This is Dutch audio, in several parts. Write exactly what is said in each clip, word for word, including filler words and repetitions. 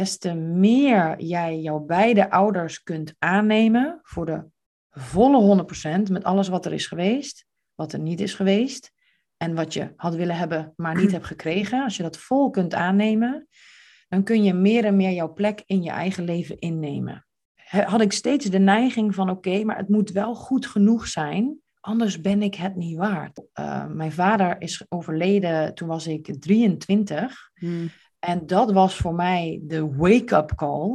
des te meer jij jouw beide ouders kunt aannemen voor de volle honderd procent met alles wat er is geweest, wat er niet is geweest en wat je had willen hebben, maar niet hebt gekregen. Als je dat vol kunt aannemen, dan kun je meer en meer jouw plek in je eigen leven innemen. Had ik steeds de neiging van oké, okay, maar het moet wel goed genoeg zijn, anders ben ik het niet waard. Uh, mijn vader is overleden, toen was ik drieëntwintig. Hmm. En dat was voor mij de wake-up call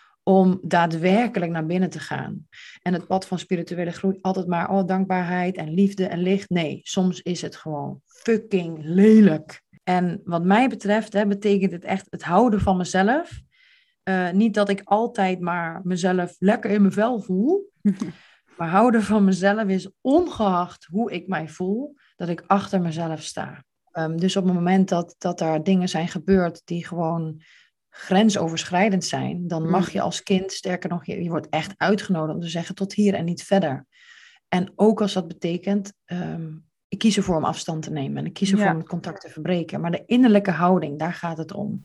om daadwerkelijk naar binnen te gaan. En het pad van spirituele groei, altijd maar oh, dankbaarheid en liefde en licht. Nee, soms is het gewoon fucking lelijk. En wat mij betreft hè, betekent het echt het houden van mezelf. Uh, niet dat ik altijd maar mezelf lekker in mijn vel voel. Maar houden van mezelf is ongeacht hoe ik mij voel, dat ik achter mezelf sta. Um, dus op het moment dat, dat er dingen zijn gebeurd die gewoon grensoverschrijdend zijn, dan mag je als kind, sterker nog, je, je wordt echt uitgenodigd om te zeggen tot hier en niet verder. En ook als dat betekent, um, ik kies ervoor om afstand te nemen en ik kies ervoor ja. om het contact te verbreken. Maar de innerlijke houding, daar gaat het om.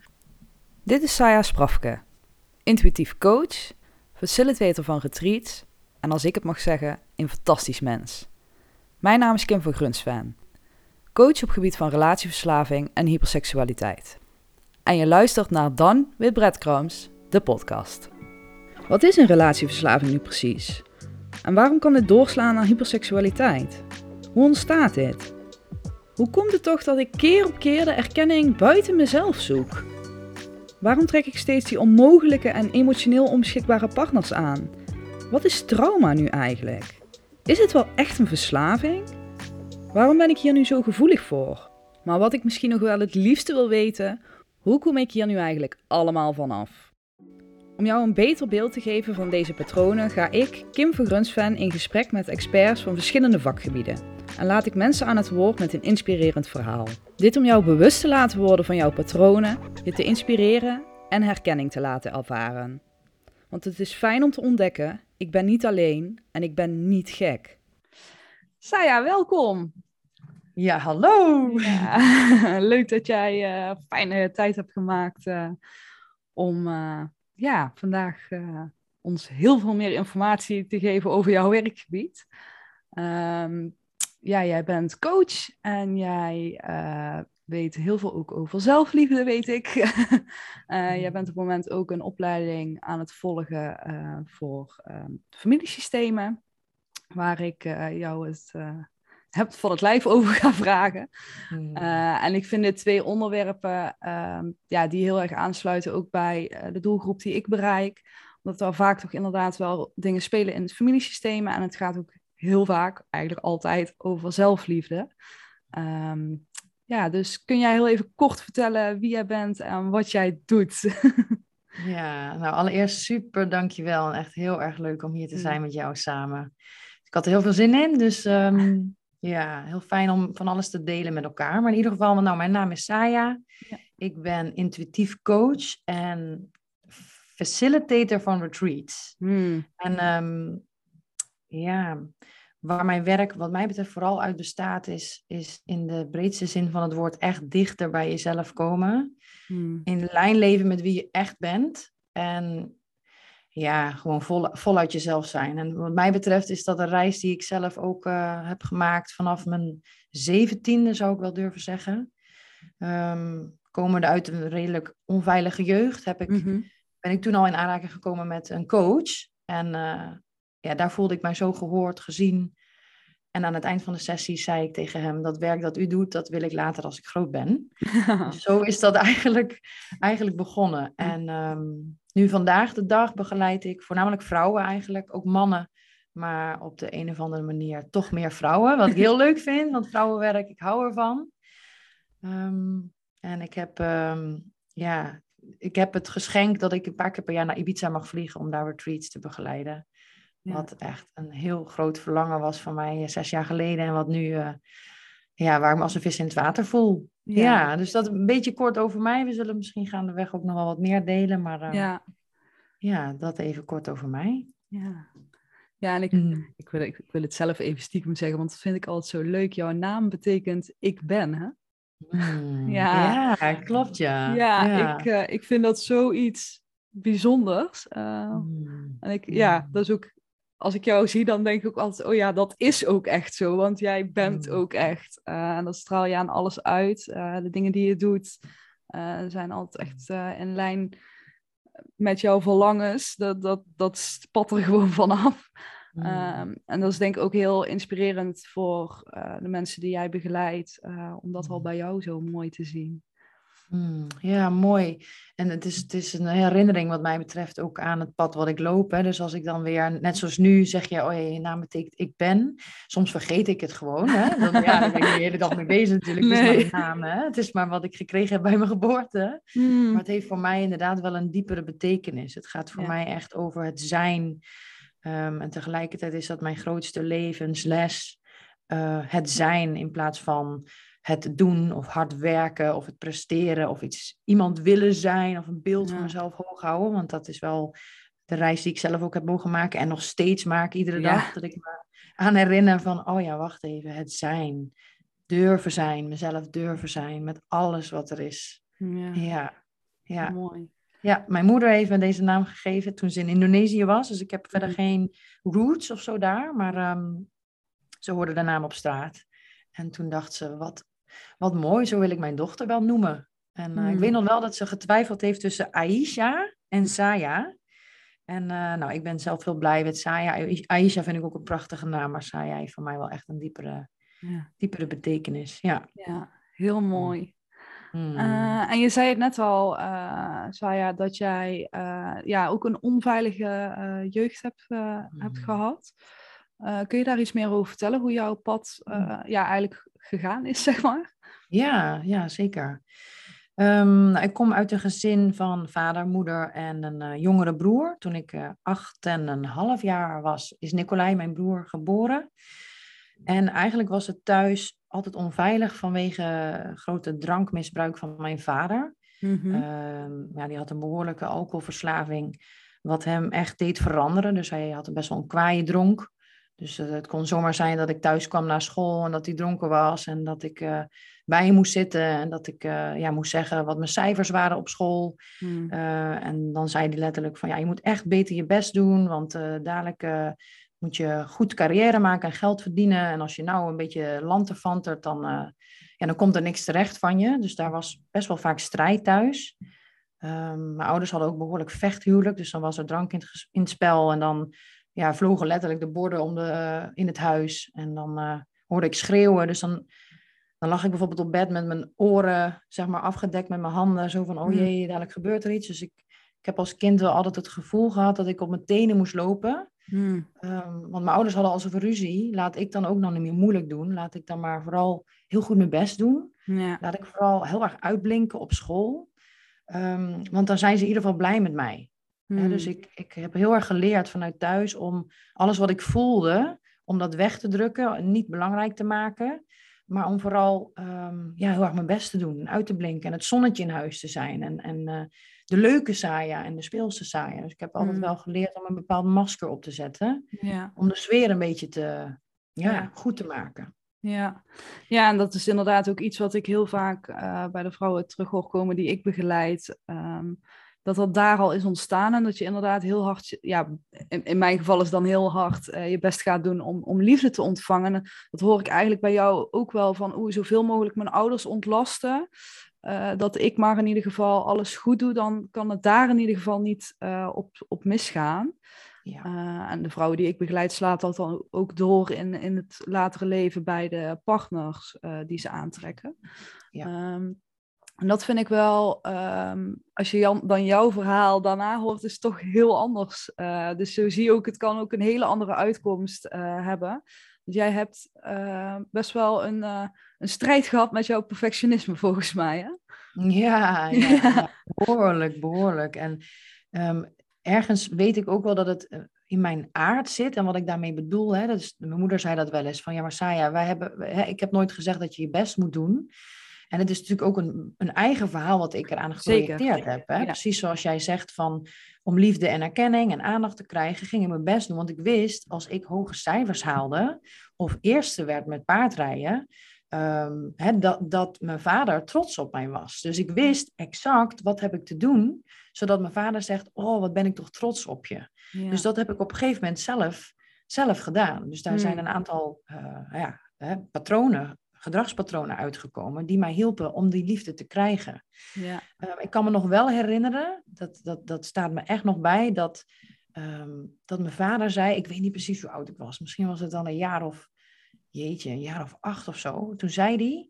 Dit is Saya Sprafke, intuïtief coach, facilitator van retreats en als ik het mag zeggen, een fantastisch mens. Mijn naam is Kim van Grunsven, coach op gebied van relatieverslaving en hyperseksualiteit. En je luistert naar Dan with Breadcrumbs, de podcast. Wat is een relatieverslaving nu precies? En waarom kan dit doorslaan naar hyperseksualiteit? Hoe ontstaat dit? Hoe komt het toch dat ik keer op keer de erkenning buiten mezelf zoek? Waarom trek ik steeds die onmogelijke en emotioneel onbeschikbare partners aan? Wat is trauma nu eigenlijk? Is het wel echt een verslaving? Waarom ben ik hier nu zo gevoelig voor? Maar wat ik misschien nog wel het liefste wil weten, hoe kom ik hier nu eigenlijk allemaal vanaf? Om jou een beter beeld te geven van deze patronen ga ik, Kim van Grunsven, in gesprek met experts van verschillende vakgebieden. En laat ik mensen aan het woord met een inspirerend verhaal. Dit om jou bewust te laten worden van jouw patronen, je te inspireren en herkenning te laten ervaren. Want het is fijn om te ontdekken, ik ben niet alleen en ik ben niet gek. Saya, welkom! Ja, hallo! Ja, leuk dat jij uh, fijne tijd hebt gemaakt uh, om uh, ja, vandaag uh, ons heel veel meer informatie te geven over jouw werkgebied. Um, ja, jij bent coach en jij uh, weet heel veel ook over zelfliefde, weet ik. uh, jij bent op het moment ook een opleiding aan het volgen uh, voor uh, familiesystemen, waar ik uh, jou het uh, heb van het lijf over ga vragen. Hmm. Uh, en ik vind dit twee onderwerpen uh, ja, die heel erg aansluiten ook bij uh, de doelgroep die ik bereik. Omdat er vaak toch inderdaad wel dingen spelen in het familiesysteem en het gaat ook heel vaak, eigenlijk altijd, over zelfliefde. Um, ja, dus kun jij heel even kort vertellen wie jij bent en wat jij doet? Ja, nou allereerst super dankjewel. En echt heel erg leuk om hier te zijn met jou samen. Ik had er heel veel zin in, dus um, ja, heel fijn om van alles te delen met elkaar. Maar in ieder geval, nou, mijn naam is Saya. Ja. Ik ben intuïtief coach en facilitator van retreats. Hmm. En um, ja... Waar mijn werk, wat mij betreft, vooral uit bestaat, is, is in de breedste zin van het woord echt dichter bij jezelf komen. Hmm. In lijn leven met wie je echt bent. En ja, gewoon vol, voluit jezelf zijn. En wat mij betreft is dat een reis die ik zelf ook uh, heb gemaakt vanaf mijn zeventiende, zou ik wel durven zeggen. Um, komende uit een redelijk onveilige jeugd heb ik, mm-hmm. ben ik toen al in aanraking gekomen met een coach. En uh, ja, daar voelde ik mij zo gehoord, gezien. En aan het eind van de sessie zei ik tegen hem, dat werk dat u doet, dat wil ik later als ik groot ben. Dus zo is dat eigenlijk, eigenlijk begonnen. En um, nu vandaag de dag begeleid ik voornamelijk vrouwen eigenlijk, ook mannen. Maar op de een of andere manier toch meer vrouwen. Wat ik heel leuk vind, want vrouwenwerk, ik hou ervan. Um, en ik heb, um, ja, ik heb het geschenk dat ik een paar keer per jaar naar Ibiza mag vliegen om daar retreats te begeleiden. Ja. Wat echt een heel groot verlangen was van mij zes jaar geleden. En wat nu, uh, ja, waar ik me als een vis in het water voel. Ja, ja dus dat een beetje kort over mij. We zullen misschien gaandeweg ook nog wel wat meer delen. Maar uh, ja. ja, dat even kort over mij. Ja, ja en ik, mm. ik, wil, ik wil het zelf even stiekem zeggen. Want dat vind ik altijd zo leuk. Jouw naam betekent ik ben, hè? Mm. Ja. ja, klopt ja. Ja, ja. Ik, uh, ik vind dat zoiets bijzonders. Uh, Mm. en ik, ja, dat is ook, als ik jou zie, dan denk ik ook altijd, oh ja, dat is ook echt zo, want jij bent Mm. ook echt. Uh, en dat straal je aan alles uit. Uh, de dingen die je doet uh, zijn altijd echt uh, in lijn met jouw verlangens. Dat, dat, dat spat er gewoon vanaf. Mm. Um, en dat is denk ik ook heel inspirerend voor uh, de mensen die jij begeleidt, uh, om dat al bij jou zo mooi te zien. Mm, ja, mooi. En het is, het is een herinnering wat mij betreft ook aan het pad wat ik loop. Hè. Dus als ik dan weer, net zoals nu, zeg je, oh ja, je naam betekent ik ben. Soms vergeet ik het gewoon. Hè. Dan, ja, dan ben ik de hele dag mee bezig natuurlijk. Het nee. is maar een naam. Hè. Het is maar wat ik gekregen heb bij mijn geboorte. Mm. Maar het heeft voor mij inderdaad wel een diepere betekenis. Het gaat voor ja. mij echt over het zijn. Um, en tegelijkertijd is dat mijn grootste levensles. Uh, het zijn in plaats van het doen of hard werken of het presteren of iets, iemand willen zijn of een beeld ja. van mezelf hoog houden. Want dat is wel de reis die ik zelf ook heb mogen maken en nog steeds maak iedere ja. dag. Dat ik me aan herinner van, oh ja, wacht even, het zijn. Durven zijn, mezelf durven zijn met alles wat er is. Ja, ja. ja. Mooi. Ja, mijn moeder heeft me deze naam gegeven toen ze in Indonesië was. Dus ik heb verder mm. geen roots of zo daar, maar um, ze hoorde de naam op straat. En toen dacht ze, wat, wat mooi, zo wil ik mijn dochter wel noemen. En uh, mm. ik weet nog wel dat ze getwijfeld heeft tussen Aisha en Saya. En uh, nou, ik ben zelf heel blij met Saya. Aisha vind ik ook een prachtige naam, maar Saya heeft voor mij wel echt een diepere, ja. diepere betekenis. Ja, ja heel mooi. Mm. Uh, en je zei het net al, uh, Saya, dat jij uh, ja, ook een onveilige uh, jeugd hebt, uh, mm. hebt gehad. Uh, kun je daar iets meer over vertellen? Hoe jouw pad uh, ja, eigenlijk gegaan is, zeg maar? Ja, ja zeker. Um, ik kom uit een gezin van vader, moeder en een uh, jongere broer. Toen ik uh, acht en een half jaar was, is Nicolai, mijn broer, geboren. En eigenlijk was het thuis altijd onveilig vanwege grote drankmisbruik van mijn vader. Mm-hmm. Uh, ja, die had een behoorlijke alcoholverslaving, wat hem echt deed veranderen. Dus hij had best wel een kwaaie dronk. Dus uh, het kon zomaar zijn dat ik thuis kwam na school en dat hij dronken was. En dat ik uh, bij hem moest zitten en dat ik uh, ja, moest zeggen wat mijn cijfers waren op school. Mm. Uh, en dan zei hij letterlijk van ja, je moet echt beter je best doen, want uh, dadelijk uh, moet je goed carrière maken en geld verdienen. En als je nou een beetje lanterfantert, dan, uh, ja, dan komt er niks terecht van je. Dus daar was best wel vaak strijd thuis. Um, mijn ouders hadden ook behoorlijk vechthuwelijk, dus dan was er drank in het, in het spel en dan ja, vlogen letterlijk de borden om de, uh, in het huis. En dan uh, hoorde ik schreeuwen. Dus dan, dan lag ik bijvoorbeeld op bed met mijn oren zeg maar, afgedekt met mijn handen. Zo van, oh jee, dadelijk gebeurt er iets. Dus ik, ik heb als kind wel altijd het gevoel gehad dat ik op mijn tenen moest lopen. Mm. Um, want mijn ouders hadden al zoveel ruzie. Laat ik dan ook nog niet meer moeilijk doen. Laat ik dan maar vooral heel goed mijn best doen. Ja. Laat ik vooral heel erg uitblinken op school. Um, want dan zijn ze in ieder geval blij met mij. Mm. Ja, dus ik, ik heb heel erg geleerd vanuit thuis om alles wat ik voelde, om dat weg te drukken, niet belangrijk te maken. Maar om vooral um, ja, heel erg mijn best te doen en uit te blinken en het zonnetje in huis te zijn. En, en uh, de leuke Saya en de speelse Saya. Dus ik heb altijd mm. wel geleerd om een bepaald masker op te zetten. Ja. Om de sfeer een beetje te, ja, ja. goed te maken. Ja. ja, en dat is inderdaad ook iets wat ik heel vaak uh, bij de vrouwen terug hoor komen die ik begeleid. Um, dat dat daar al is ontstaan en dat je inderdaad heel hard, ja, in, in mijn geval is dan heel hard uh, je best gaat doen om, om liefde te ontvangen. En dat hoor ik eigenlijk bij jou ook wel van, oeh, zoveel mogelijk mijn ouders ontlasten. Uh, dat ik maar in ieder geval alles goed doe, dan kan het daar in ieder geval niet uh, op, op misgaan. Ja. Uh, en de vrouwen die ik begeleid slaat dat dan ook door in, in het latere leven bij de partners uh, die ze aantrekken. Ja. Um, en dat vind ik wel, um, als je Jan, dan jouw verhaal daarna hoort, is het toch heel anders. Uh, dus zo zie je ook, het kan ook een hele andere uitkomst uh, hebben. Want jij hebt uh, best wel een, uh, een strijd gehad met jouw perfectionisme, volgens mij, hè? Ja, ja, ja. behoorlijk, behoorlijk. En um, ergens weet ik ook wel dat het in mijn aard zit. En wat ik daarmee bedoel, hè, dat is, mijn moeder zei dat wel eens. Van ja, maar Saya, wij hebben, hè, ik heb nooit gezegd dat je je best moet doen. En het is natuurlijk ook een, een eigen verhaal wat ik eraan geprojecteerd Zeker. heb. Hè? Ja. Precies zoals jij zegt, van, om liefde en erkenning en aandacht te krijgen, ging ik mijn best doen. Want ik wist, als ik hoge cijfers haalde, of eerste werd met paardrijden, um, hè, dat, dat mijn vader trots op mij was. Dus ik wist exact wat heb ik te doen, zodat mijn vader zegt, oh, wat ben ik toch trots op je. Ja. Dus dat heb ik op een gegeven moment zelf, zelf gedaan. Dus daar hmm. zijn een aantal uh, ja, hè, patronen, gedragspatronen uitgekomen die mij hielpen om die liefde te krijgen. Ja. Uh, ik kan me nog wel herinneren, dat, dat, dat staat me echt nog bij, dat, um, dat mijn vader zei, ik weet niet precies hoe oud ik was, misschien was het dan een jaar of, jeetje, een jaar of acht of zo. Toen zei hij,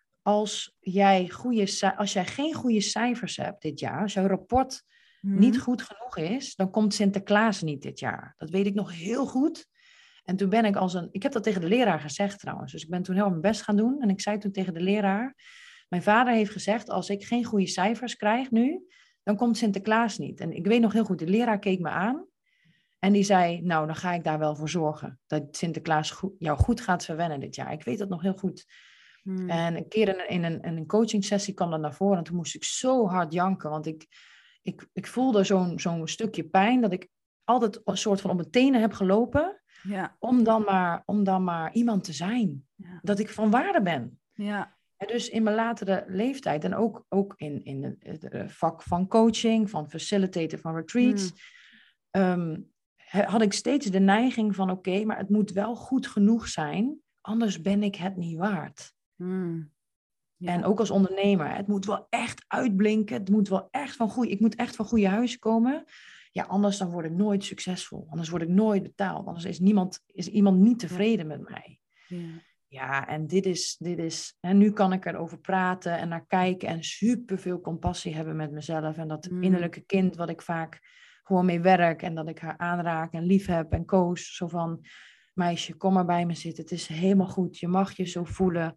als jij, goede, als jij geen goede cijfers hebt dit jaar, als jouw rapport hmm. niet goed genoeg is, dan komt Sinterklaas niet dit jaar. Dat weet ik nog heel goed. En toen ben ik als een... Ik heb dat tegen de leraar gezegd trouwens. Dus ik ben toen heel mijn best gaan doen. En ik zei toen tegen de leraar... Mijn vader heeft gezegd... Als ik geen goede cijfers krijg nu... Dan komt Sinterklaas niet. En ik weet nog heel goed... De leraar keek me aan. En die zei... Nou, dan ga ik daar wel voor zorgen. Dat Sinterklaas goed, jou goed gaat verwennen dit jaar. Ik weet dat nog heel goed. Hmm. En een keer in, in, een, in een coaching sessie kwam dat naar voren. En toen moest ik zo hard janken. Want ik, ik, ik voelde zo'n, zo'n stukje pijn... Dat ik altijd een soort van op mijn tenen heb gelopen... Ja. Om, dan maar, om dan maar iemand te zijn. Ja. Dat ik van waarde ben. Ja. En dus in mijn latere leeftijd. En ook, ook in, in het vak van coaching. Van facilitator van retreats. Mm. Um, had ik steeds de neiging van... Oké, okay, maar het moet wel goed genoeg zijn. Anders ben ik het niet waard. Mm. Ja. En ook als ondernemer. Het moet wel echt uitblinken. Het moet wel echt van goede... Ik moet echt van goede huis komen... Ja, anders dan word ik nooit succesvol. Anders word ik nooit betaald. Anders is, niemand, is iemand niet tevreden met mij. Ja, ja en dit is... Dit is en nu kan ik erover praten en naar kijken... en superveel compassie hebben met mezelf. En dat mm. innerlijke kind wat ik vaak gewoon mee werk... en dat ik haar aanraak en lief heb en koos. Zo van, meisje, kom maar bij me zitten. Het is helemaal goed. Je mag je zo voelen.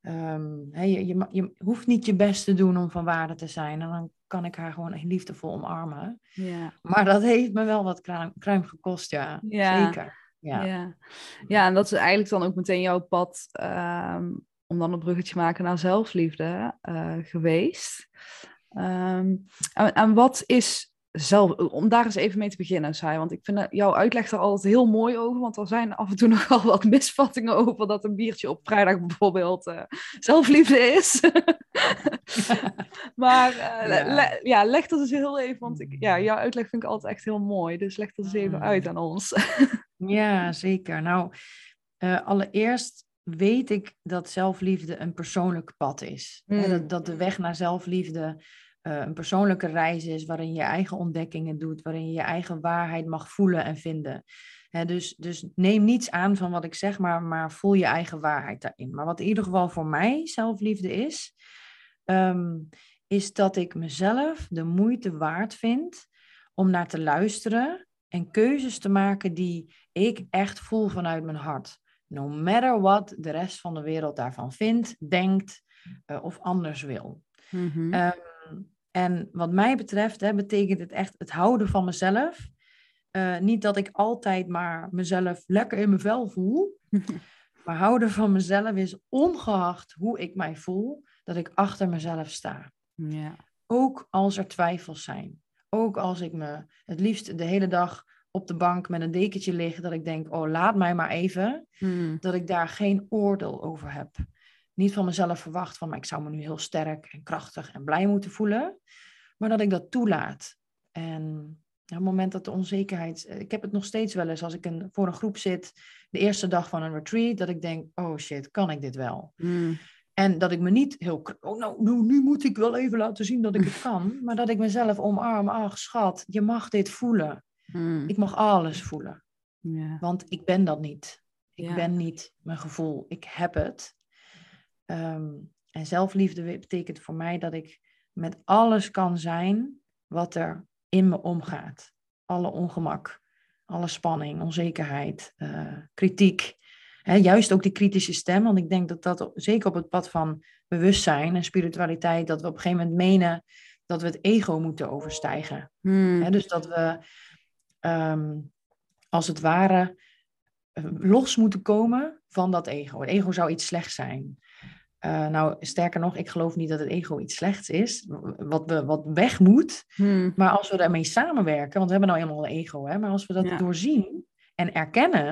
Um, he, je, je, je hoeft niet je best te doen om van waarde te zijn. En dan kan ik haar gewoon liefdevol omarmen. Ja. Maar dat heeft me wel wat kruim, kruim gekost, ja. ja. Zeker. Ja. Ja. ja, en dat is eigenlijk dan ook meteen jouw pad... Um, om dan een bruggetje te maken naar zelfliefde uh, geweest. Um, en, en wat is... Zelf, om daar eens even mee te beginnen, Sai. Want ik vind jouw uitleg er altijd heel mooi over. Want er zijn af en toe nogal wat misvattingen over... dat een biertje op vrijdag bijvoorbeeld uh, zelfliefde is. maar uh, ja. Le, ja, leg dat eens heel even... Want ik, ja, jouw uitleg vind ik altijd echt heel mooi. Dus leg dat eens even uit aan ons. ja, zeker. Nou, uh, allereerst weet ik dat zelfliefde een persoonlijk pad is. Mm. Hè, dat, dat de weg naar zelfliefde... Uh, een persoonlijke reis is waarin je je eigen ontdekkingen doet, waarin je je eigen waarheid mag voelen en vinden. He, dus, dus neem niets aan van wat ik zeg, maar, maar voel je eigen waarheid daarin. Maar wat in ieder geval voor mij zelfliefde is, um, is dat ik mezelf de moeite waard vind om naar te luisteren en keuzes te maken die ik echt voel vanuit mijn hart. No matter what de rest van de wereld daarvan vindt, denkt uh, of anders wil. Mm-hmm. Um, En wat mij betreft hè, betekent het echt het houden van mezelf. Uh, niet dat ik altijd maar mezelf lekker in mijn vel voel. Maar houden van mezelf is ongeacht hoe ik mij voel, dat ik achter mezelf sta. Ja. Ook als er twijfels zijn. Ook als ik me het liefst de hele dag op de bank met een dekentje lig, dat ik denk, oh laat mij maar even. Mm. Dat ik daar geen oordeel over heb. Niet van mezelf verwacht van, maar ik zou me nu heel sterk en krachtig en blij moeten voelen. Maar dat ik dat toelaat. En ja, op het moment dat de onzekerheid... Ik heb het nog steeds wel eens als ik een, voor een groep zit, de eerste dag van een retreat, dat ik denk, oh shit, kan ik dit wel? Mm. En dat ik me niet heel... Oh, nou, nou, nu moet ik wel even laten zien dat ik het kan. Maar dat ik mezelf omarm. Ach, schat, je mag dit voelen. Mm. Ik mag alles voelen. Yeah. Want ik ben dat niet. Ik yeah. ben niet mijn gevoel. Ik heb het. Um, en zelfliefde betekent voor mij dat ik met alles kan zijn wat er in me omgaat. Alle ongemak, alle spanning, onzekerheid, uh, kritiek. He, juist ook die kritische stem, want ik denk dat dat op, zeker op het pad van bewustzijn en spiritualiteit, dat we op een gegeven moment menen dat we het ego moeten overstijgen. Hmm. He, dus dat we um, als het ware uh, los moeten komen van dat ego. Het ego zou iets slechts zijn. Uh, nou, sterker nog, ik geloof niet dat het ego iets slechts is, wat, we, wat weg moet. Hmm. Maar als we daarmee samenwerken, want we hebben nou eenmaal een ego, hè, maar als we dat ja. doorzien en erkennen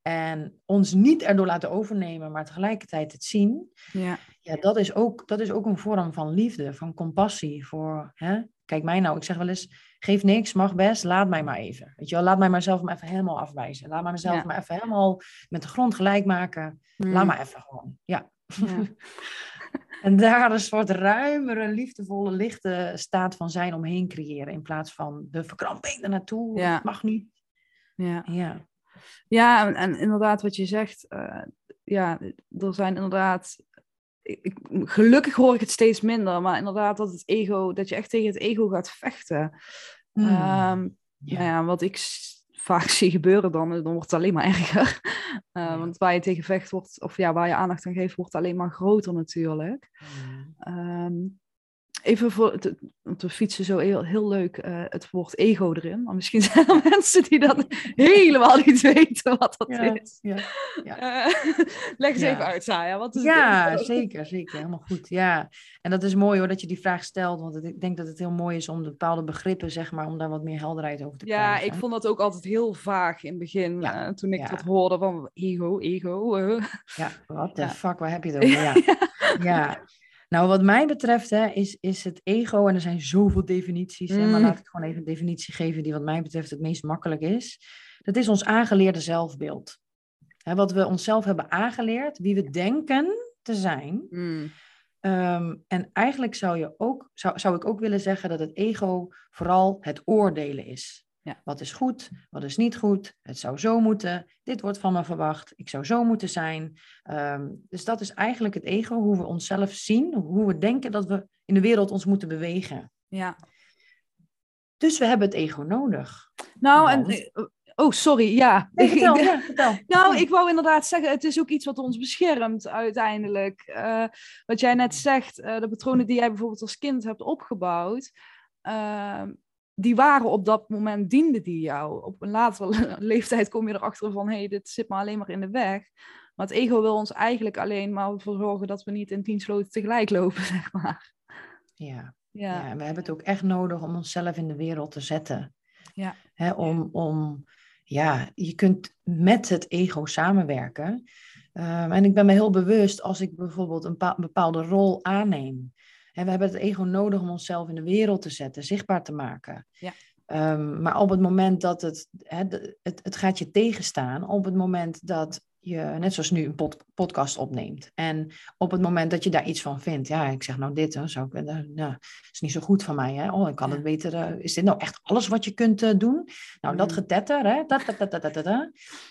En ons niet erdoor laten overnemen, maar tegelijkertijd het zien. Ja. Ja, dat is ook, dat is ook een vorm van liefde, van compassie. Voor, hè? Kijk mij nou, ik zeg wel eens, geef niks, mag best, laat mij maar even. Weet je wel, laat mij maar zelf maar even helemaal afwijzen. Laat mij mezelf Ja. maar even helemaal met de grond gelijk maken. Mm. Laat maar even gewoon, ja. Ja. En daar een soort ruimere, liefdevolle, lichte staat van zijn omheen creëren. In plaats van de verkramping ernaartoe, Ja. het mag niet. Ja. Ja. Ja, en, en inderdaad wat je zegt, uh, ja, er zijn inderdaad, ik, ik, gelukkig hoor ik het steeds minder, maar inderdaad dat het ego, dat je echt tegen het ego gaat vechten. Mm. Um, Ja. Nou ja, wat ik s- vaak zie gebeuren dan, dan wordt het alleen maar erger. Uh, Ja. Want waar je tegen vecht wordt, of ja, waar je aandacht aan geeft, wordt het alleen maar groter natuurlijk. Mm. Um, Even voor, het, want we fietsen zo heel, heel leuk uh, het woord ego erin. Maar misschien zijn er mensen die dat helemaal niet weten wat dat Ja, is. ja, ja. Uh, leg eens Ja. even uit, Saja. Wat is Ja, het ego? zeker, zeker. Helemaal goed. Ja. En dat is mooi hoor, dat je die vraag stelt. Want het- ik denk dat het heel mooi is om de bepaalde begrippen, zeg maar, om daar wat meer helderheid over te Ja, krijgen. ik vond dat ook altijd heel vaag in het begin. Ja, Uh, toen ik ja. dat hoorde van ego, ego. Uh. Ja, what the Ja. fuck, waar heb je het over? Ja. Ja. Nou, wat mij betreft hè, is, is het ego, en er zijn zoveel definities, hè, maar Mm. laat ik gewoon even een definitie geven die wat mij betreft het meest makkelijk is. Dat is ons aangeleerde zelfbeeld. Hè, wat we onszelf hebben aangeleerd, wie we denken te zijn. Mm. Um, en eigenlijk zou, je ook, zou, zou ik ook willen zeggen dat het ego vooral het oordelen is. Ja. Wat is goed, wat is niet goed, het zou zo moeten, dit wordt van me verwacht, ik zou zo moeten zijn. Um, dus dat is eigenlijk het ego, hoe we onszelf zien, hoe we denken dat we in de wereld ons moeten bewegen. Ja. Dus we hebben het ego nodig. Nou, Want... en... Oh, sorry, ja. Nee, vertel, ja, vertel. Nou, ik wou inderdaad zeggen, het is ook iets wat ons beschermt uiteindelijk. Uh, wat jij net zegt, uh, de patronen die jij bijvoorbeeld als kind hebt opgebouwd, uh, die waren op dat moment, dienden die jou. Op een latere leeftijd kom je erachter van, hé, hey, dit zit me alleen maar in de weg. Maar het ego wil ons eigenlijk alleen maar ervoor zorgen dat we niet in tien sloten tegelijk lopen, zeg maar. Ja. Ja. Ja, en we hebben het ook echt nodig om onszelf in de wereld te zetten. Ja. Hè, om... om Ja, je kunt met het ego samenwerken. Um, en ik ben me heel bewust als ik bijvoorbeeld een, pa- een bepaalde rol aanneem. En we hebben het ego nodig om onszelf in de wereld te zetten, zichtbaar te maken. Ja. Um, maar op het moment dat het, hè, het, het gaat je tegenstaan, op het moment dat je, net zoals nu, een pod, podcast opneemt. En op het moment dat je daar iets van vindt, ja, ik zeg nou dit, hè, zou ik, uh, nou, is niet zo goed van mij, hè? Oh, ik kan ja. het beter, uh, is dit nou echt alles wat je kunt uh, doen? Nou, mm. dat getetter, hè, dat, dat, dat, dat, dat, dat,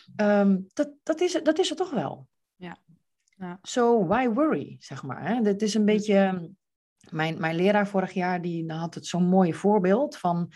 um, dat, dat, is, dat is er toch wel. Ja. Ja. So, why worry, zeg maar. Hè? Dit is een beetje, mijn, mijn leraar vorig jaar, die had het zo'n mooi voorbeeld van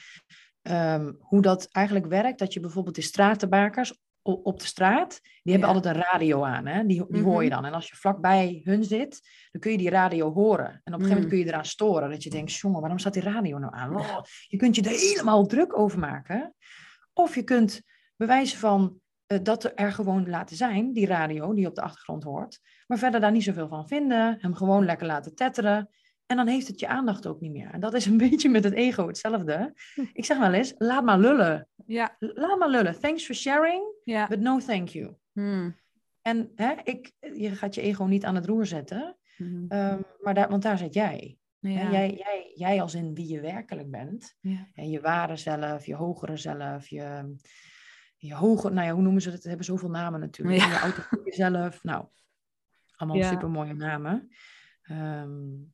um, hoe dat eigenlijk werkt, dat je bijvoorbeeld de stratenmakers op de straat, die hebben ja. altijd een radio aan, hè? Die, die mm-hmm. hoor je dan. En als je vlakbij hun zit, dan kun je die radio horen. En op een gegeven moment kun je eraan storen, dat je denkt, jongen, waarom staat die radio nou aan? Oh, je kunt je er helemaal druk over maken. Of je kunt bewijzen van uh, dat er gewoon laten zijn, die radio die je op de achtergrond hoort, maar verder daar niet zoveel van vinden, hem gewoon lekker laten tetteren. En dan heeft het je aandacht ook niet meer. En dat is een beetje met het ego hetzelfde. Ik zeg wel eens, laat maar lullen. Ja. Laat maar lullen. Thanks for sharing, ja. but no thank you. Hmm. En hè, ik, je gaat je ego niet aan het roer zetten, Hmm. um, maar daar, want daar zit jij. Ja. Hè, jij, jij. Jij als in wie je werkelijk bent. Ja. En je ware zelf, je hogere zelf, je, je hoge, nou ja, hoe noemen ze het? Ze hebben zoveel namen natuurlijk. Ja. Je authentieke zelf. Nou, allemaal ja. super mooie namen. Um,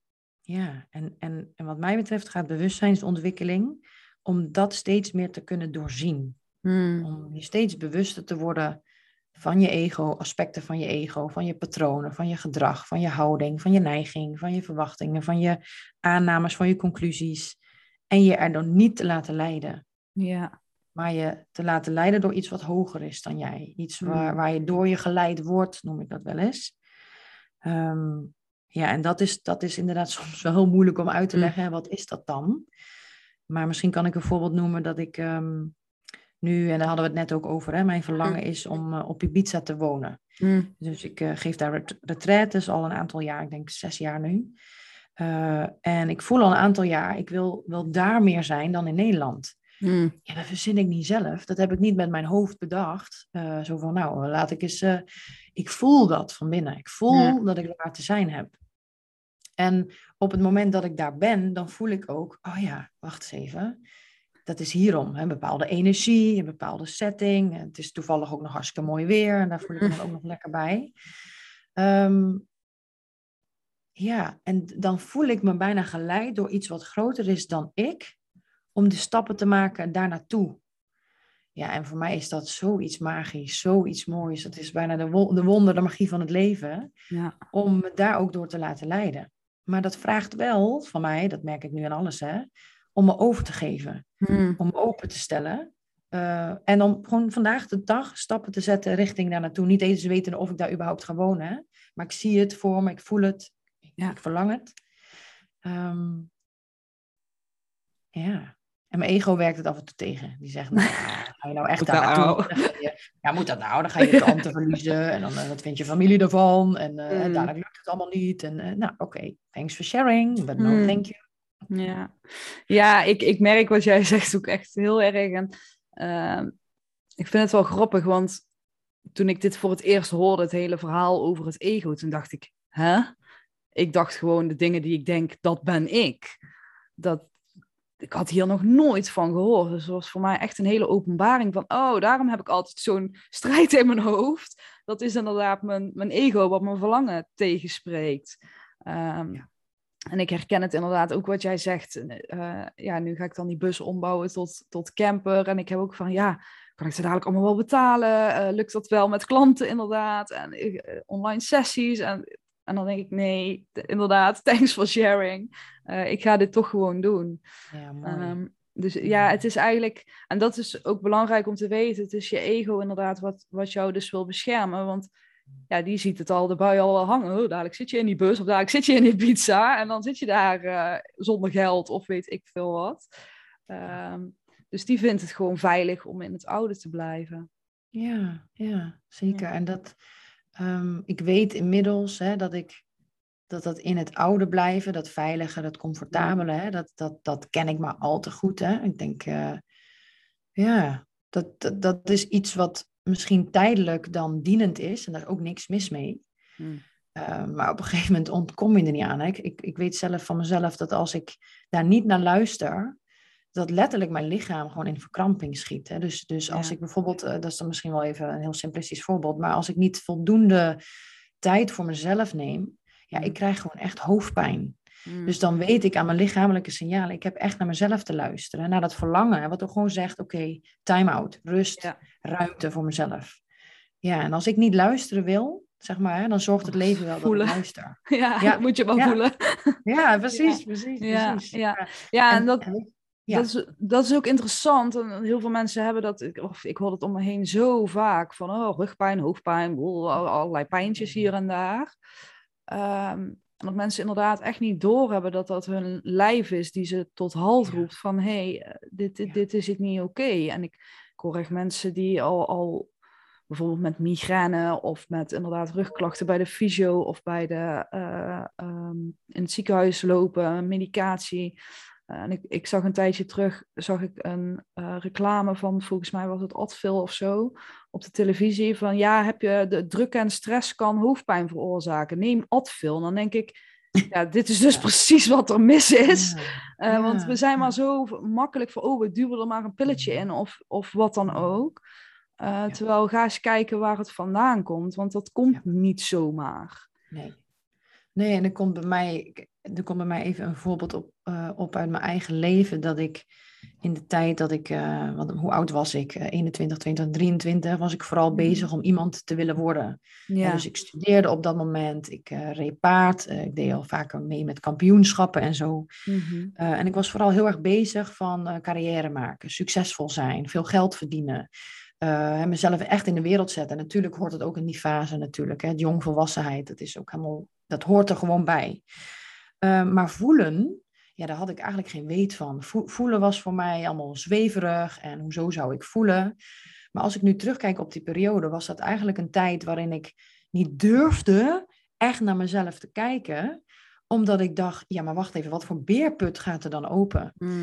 Ja, en, en, en wat mij betreft gaat bewustzijnsontwikkeling om dat steeds meer te kunnen doorzien. Hmm. Om je steeds bewuster te worden van je ego, aspecten van je ego, van je patronen, van je gedrag, van je houding, van je neiging, van je verwachtingen, van je aannames, van je conclusies. En je er dan niet te laten leiden. Ja. Maar je te laten leiden door iets wat hoger is dan jij. Iets Hmm. waar, waar je door je geleid wordt, noem ik dat wel eens. Um, Ja, en dat is, dat is inderdaad soms wel heel moeilijk om uit te leggen. Hè? Wat is dat dan? Maar misschien kan ik een voorbeeld noemen dat ik um, nu, en daar hadden we het net ook over, hè, mijn verlangen is om uh, op Ibiza te wonen. Mm. Dus ik uh, geef daar ret- retraites al een aantal jaar, ik denk zes jaar nu. Uh, en ik voel al een aantal jaar, ik wil, wil daar meer zijn dan in Nederland. Mm. Ja, dat verzin ik niet zelf. Dat heb ik niet met mijn hoofd bedacht. Uh, zo van, nou, laat ik eens... Uh, ik voel dat van binnen. Ik voel Ja. dat ik waar te zijn heb. En op het moment dat ik daar ben, dan voel ik ook... Oh ja, wacht eens even. Dat is hierom. Hè, een bepaalde energie, een bepaalde setting. Het is toevallig ook nog hartstikke mooi weer. En daar voel ik me dan ook nog lekker bij. Um, ja, en dan voel ik me bijna geleid door iets wat groter is dan ik... om de stappen te maken daar naartoe. Ja, en voor mij is dat zoiets magisch, zoiets moois. Het is bijna de, wo- de wonder, de magie van het leven. Ja. Om me daar ook door te laten leiden. Maar dat vraagt wel van mij, dat merk ik nu aan alles, hè, om me over te geven. Hmm. Om me open te stellen. Uh, en om gewoon vandaag de dag stappen te zetten richting daar naartoe. Niet eens weten of ik daar überhaupt ga wonen. Hè? Maar ik zie het voor me, ik voel het. Ja. Ik verlang het. Um, ja. En mijn ego werkt het af en toe tegen. Die zegt, nou, ga je nou echt daar naartoe? Dan ga je, ja, moet dat nou? Dan ga je je klanten verliezen. En dan, uh, wat vindt je familie ervan? En uh, mm. dadelijk lukt het allemaal niet. En uh, nou, oké, okay. Thanks for sharing, but no mm. thank you. Ja, ja ik, ik merk wat jij zegt ook echt heel erg. En uh, ik vind het wel grappig, want toen ik dit voor het eerst hoorde, het hele verhaal over het ego, toen dacht ik, hè? Ik dacht gewoon de dingen die ik denk, dat ben ik. Dat... Ik had hier nog nooit van gehoord. Dus het was voor mij echt een hele openbaring van... oh, daarom heb ik altijd zo'n strijd in mijn hoofd. Dat is inderdaad mijn, mijn ego wat mijn verlangen tegenspreekt. Um, ja. En ik herken het inderdaad ook wat jij zegt. Uh, ja, nu ga ik dan die bus ombouwen tot, tot camper. En ik heb ook van, ja, kan ik ze dadelijk allemaal wel betalen? Uh, lukt dat wel met klanten inderdaad? En uh, online sessies en... En dan denk ik, nee, t- inderdaad, thanks for sharing. Uh, ik ga dit toch gewoon doen. Ja, mooi. Um, dus ja, het is eigenlijk... En dat is ook belangrijk om te weten. Het is je ego inderdaad wat, wat jou dus wil beschermen. Want ja, die ziet het al, de bui al wel hangen. Oh, dadelijk zit je in die bus of dadelijk zit je in die pizza. En dan zit je daar uh, zonder geld of weet ik veel wat. Um, dus die vindt het gewoon veilig om in het oude te blijven. Ja, ja, zeker. Ja. En dat... Um, ik weet inmiddels hè, dat ik dat dat in het oude blijven, dat veilige, dat comfortabele, hè, dat, dat, dat ken ik maar al te goed. Hè. Ik denk, uh, ja, dat, dat, dat is iets wat misschien tijdelijk dan dienend is en daar is ook niks mis mee. Hmm. Uh, maar op een gegeven moment ontkom je er niet aan. Hè. Ik, ik, ik weet zelf van mezelf dat als ik daar niet naar luister, dat letterlijk mijn lichaam gewoon in verkramping schiet. Hè. Dus, dus als ja. ik bijvoorbeeld, uh, dat is dan misschien wel even een heel simplistisch voorbeeld, maar als ik niet voldoende tijd voor mezelf neem, ja, ik krijg gewoon echt hoofdpijn. Mm. Dus dan weet ik aan mijn lichamelijke signalen, ik heb echt naar mezelf te luisteren, naar dat verlangen, wat er gewoon zegt, oké, okay, time out, rust, ja. ruimte voor mezelf. Ja, en als ik niet luisteren wil, zeg maar, hè, dan zorgt het leven wel voelen. Dat ik luister. Ja, ja. Dat moet je wel ja. voelen. Ja, precies, ja. precies, ja. precies. Ja, ja. ja en, en dat... Ja. Dat, is, dat is ook interessant. En heel veel mensen hebben dat... Of ik hoor het om me heen zo vaak. Van oh, rugpijn, hoofdpijn, bol, allerlei pijntjes hier en daar. Um, en dat mensen inderdaad echt niet doorhebben dat dat hun lijf is die ze tot halt roept. Ja. Van hé, hey, dit, dit, dit is het niet oké. Okay. En ik, ik hoor echt mensen die al, al... bijvoorbeeld met migraine of met inderdaad rugklachten bij de fysio of bij de, uh, um, in het ziekenhuis lopen, medicatie... Uh, en ik, ik zag een tijdje terug, zag ik een uh, reclame van, volgens mij was het Advil of zo, op de televisie van, ja, heb je de druk en stress kan hoofdpijn veroorzaken, neem Advil. En dan denk ik, ja, dit is dus ja. precies wat er mis is. Ja. Uh, ja. Want we zijn maar zo makkelijk van, oh, we duwen er maar een pilletje in of, of wat dan ook. Uh, ja. Terwijl, ga eens kijken waar het vandaan komt, want dat komt ja. niet zomaar. Nee. Nee, en er komt bij mij, er komt bij mij even een voorbeeld op, uh, op uit mijn eigen leven. Dat ik in de tijd dat ik, uh, wat, hoe oud was ik? Uh, eenentwintig, tweeëntwintig, drieëntwintig was ik vooral mm-hmm. bezig om iemand te willen worden. Ja. En dus ik studeerde op dat moment, ik uh, reed paard, uh, ik deed al vaker mee met kampioenschappen en zo. Mm-hmm. Uh, en ik was vooral heel erg bezig van uh, carrière maken, succesvol zijn, veel geld verdienen. Uh, en mezelf echt in de wereld zetten. En natuurlijk hoort het ook in die fase natuurlijk. Hè, jongvolwassenheid, dat is ook helemaal, dat hoort er gewoon bij. Uh, maar voelen, ja, daar had ik eigenlijk geen weet van. Vo- voelen was voor mij allemaal zweverig. En hoezo zou ik voelen? Maar als ik nu terugkijk op die periode, was dat eigenlijk een tijd waarin ik niet durfde echt naar mezelf te kijken. Omdat ik dacht, ja, maar wacht even, wat voor beerput gaat er dan open? Mm.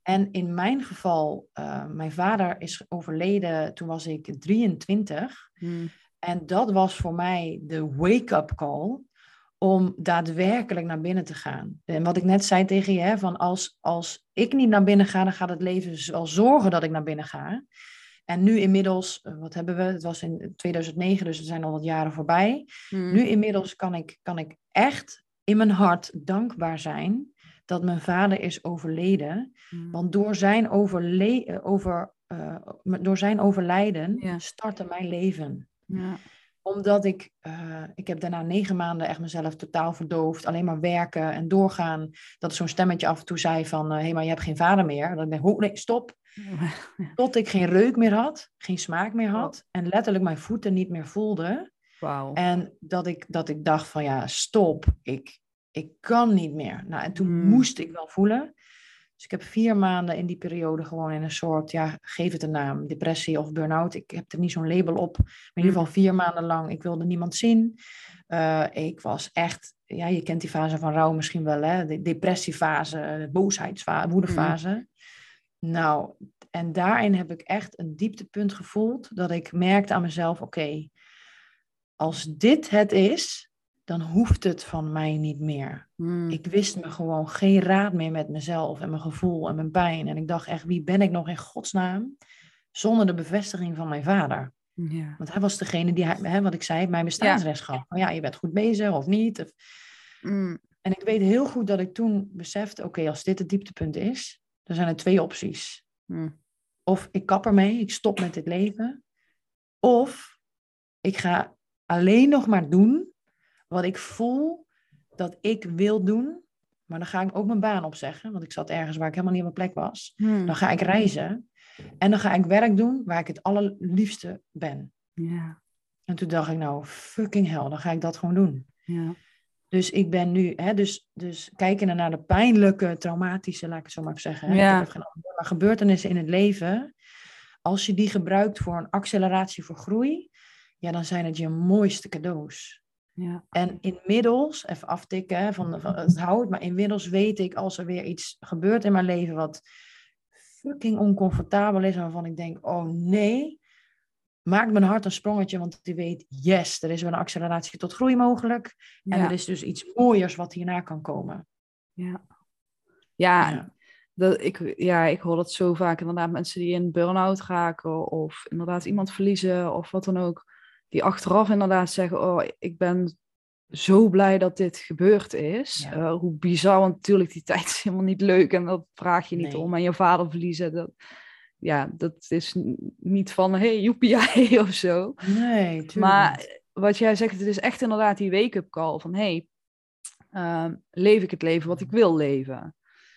En in mijn geval, uh, mijn vader is overleden, toen was ik drieëntwintig. Mm. En dat was voor mij de wake-up call om daadwerkelijk naar binnen te gaan. En wat ik net zei tegen je, hè, van als, als ik niet naar binnen ga, dan gaat het leven wel zorgen dat ik naar binnen ga. En nu inmiddels, wat hebben we? Het was in tweeduizend negen, dus er zijn al wat jaren voorbij. Mm. Nu inmiddels kan ik, kan ik echt in mijn hart dankbaar zijn dat mijn vader is overleden. Mm. Want door zijn, overle- over, uh, door zijn overlijden Ja. startte mijn leven. Ja. Omdat ik, uh, ik heb daarna negen maanden echt mezelf totaal verdoofd. Alleen maar werken en doorgaan. Dat zo'n stemmetje af en toe zei van, hé, uh, hey, maar je hebt geen vader meer. Dan denk ik, oh, nee, stop. Ja. Tot ik geen reuk meer had, geen smaak meer had. En letterlijk mijn voeten niet meer voelde. Wauw. En dat ik, dat ik dacht van, ja, stop. Ik, ik kan niet meer. Nou, en toen Mm. moest ik wel voelen. Dus ik heb vier maanden in die periode gewoon in een soort, ja, geef het een naam, depressie of burn-out. Ik heb er niet zo'n label op. Maar in ieder geval vier maanden lang, ik wilde niemand zien. Uh, ik was echt, ja, je kent die fase van rouw misschien wel, hè? De depressiefase, boosheidsfase, woedefase. Mm. Nou, en daarin heb ik echt een dieptepunt gevoeld, dat ik merkte aan mezelf, oké, okay, als dit het is, dan hoeft het van mij niet meer. Mm. Ik wist me gewoon geen raad meer met mezelf en mijn gevoel en mijn pijn. En ik dacht echt, wie ben ik nog in godsnaam zonder de bevestiging van mijn vader? Ja. Want hij was degene die, hè, wat ik zei, mijn bestaansrecht gaf. Ja. Oh ja, je bent goed bezig of niet. Of... Mm. En ik weet heel goed dat ik toen besefte, oké, okay, als dit het dieptepunt is, dan zijn er twee opties. Mm. Of ik kap ermee, ik stop met dit leven. Of ik ga alleen nog maar doen wat ik voel dat ik wil doen. Maar dan ga ik ook mijn baan opzeggen. Want ik zat ergens waar ik helemaal niet op mijn plek was. Hmm. Dan ga ik reizen. En dan ga ik werk doen waar ik het allerliefste ben. Ja. En toen dacht ik, nou, fucking hell, dan ga ik dat gewoon doen. Ja. Dus ik ben nu, hè, dus, dus kijken naar de pijnlijke, traumatische, laat ik het zo maar even zeggen. Hè. Ja. Ik heb geen andere, maar gebeurtenissen in het leven. Als je die gebruikt voor een acceleratie voor groei. Ja, dan zijn het je mooiste cadeaus. Ja. En inmiddels, even aftikken van, van het hout, maar inmiddels weet ik als er weer iets gebeurt in mijn leven wat fucking oncomfortabel is en waarvan ik denk, oh nee, maakt mijn hart een sprongetje, want die weet, yes, er is wel een acceleratie tot groei mogelijk en Ja. er is dus iets mooiers wat hierna kan komen. Ja, ja, Ja. Dat, ik, ja ik hoor dat zo vaak inderdaad, mensen die in burn-out raken of inderdaad iemand verliezen of wat dan ook, die achteraf inderdaad zeggen, oh, ik ben zo blij dat dit gebeurd is. Ja. Uh, hoe bizar, want natuurlijk die tijd is helemaal niet leuk en dat vraag je niet Nee. om. En je vader verliezen, dat, ja, dat is n- niet van, hey, joepie of zo. Nee, tuurlijk Maar niet. wat jij zegt, het is echt inderdaad die wake-up call van, hey, uh, leef ik het leven wat ik wil leven?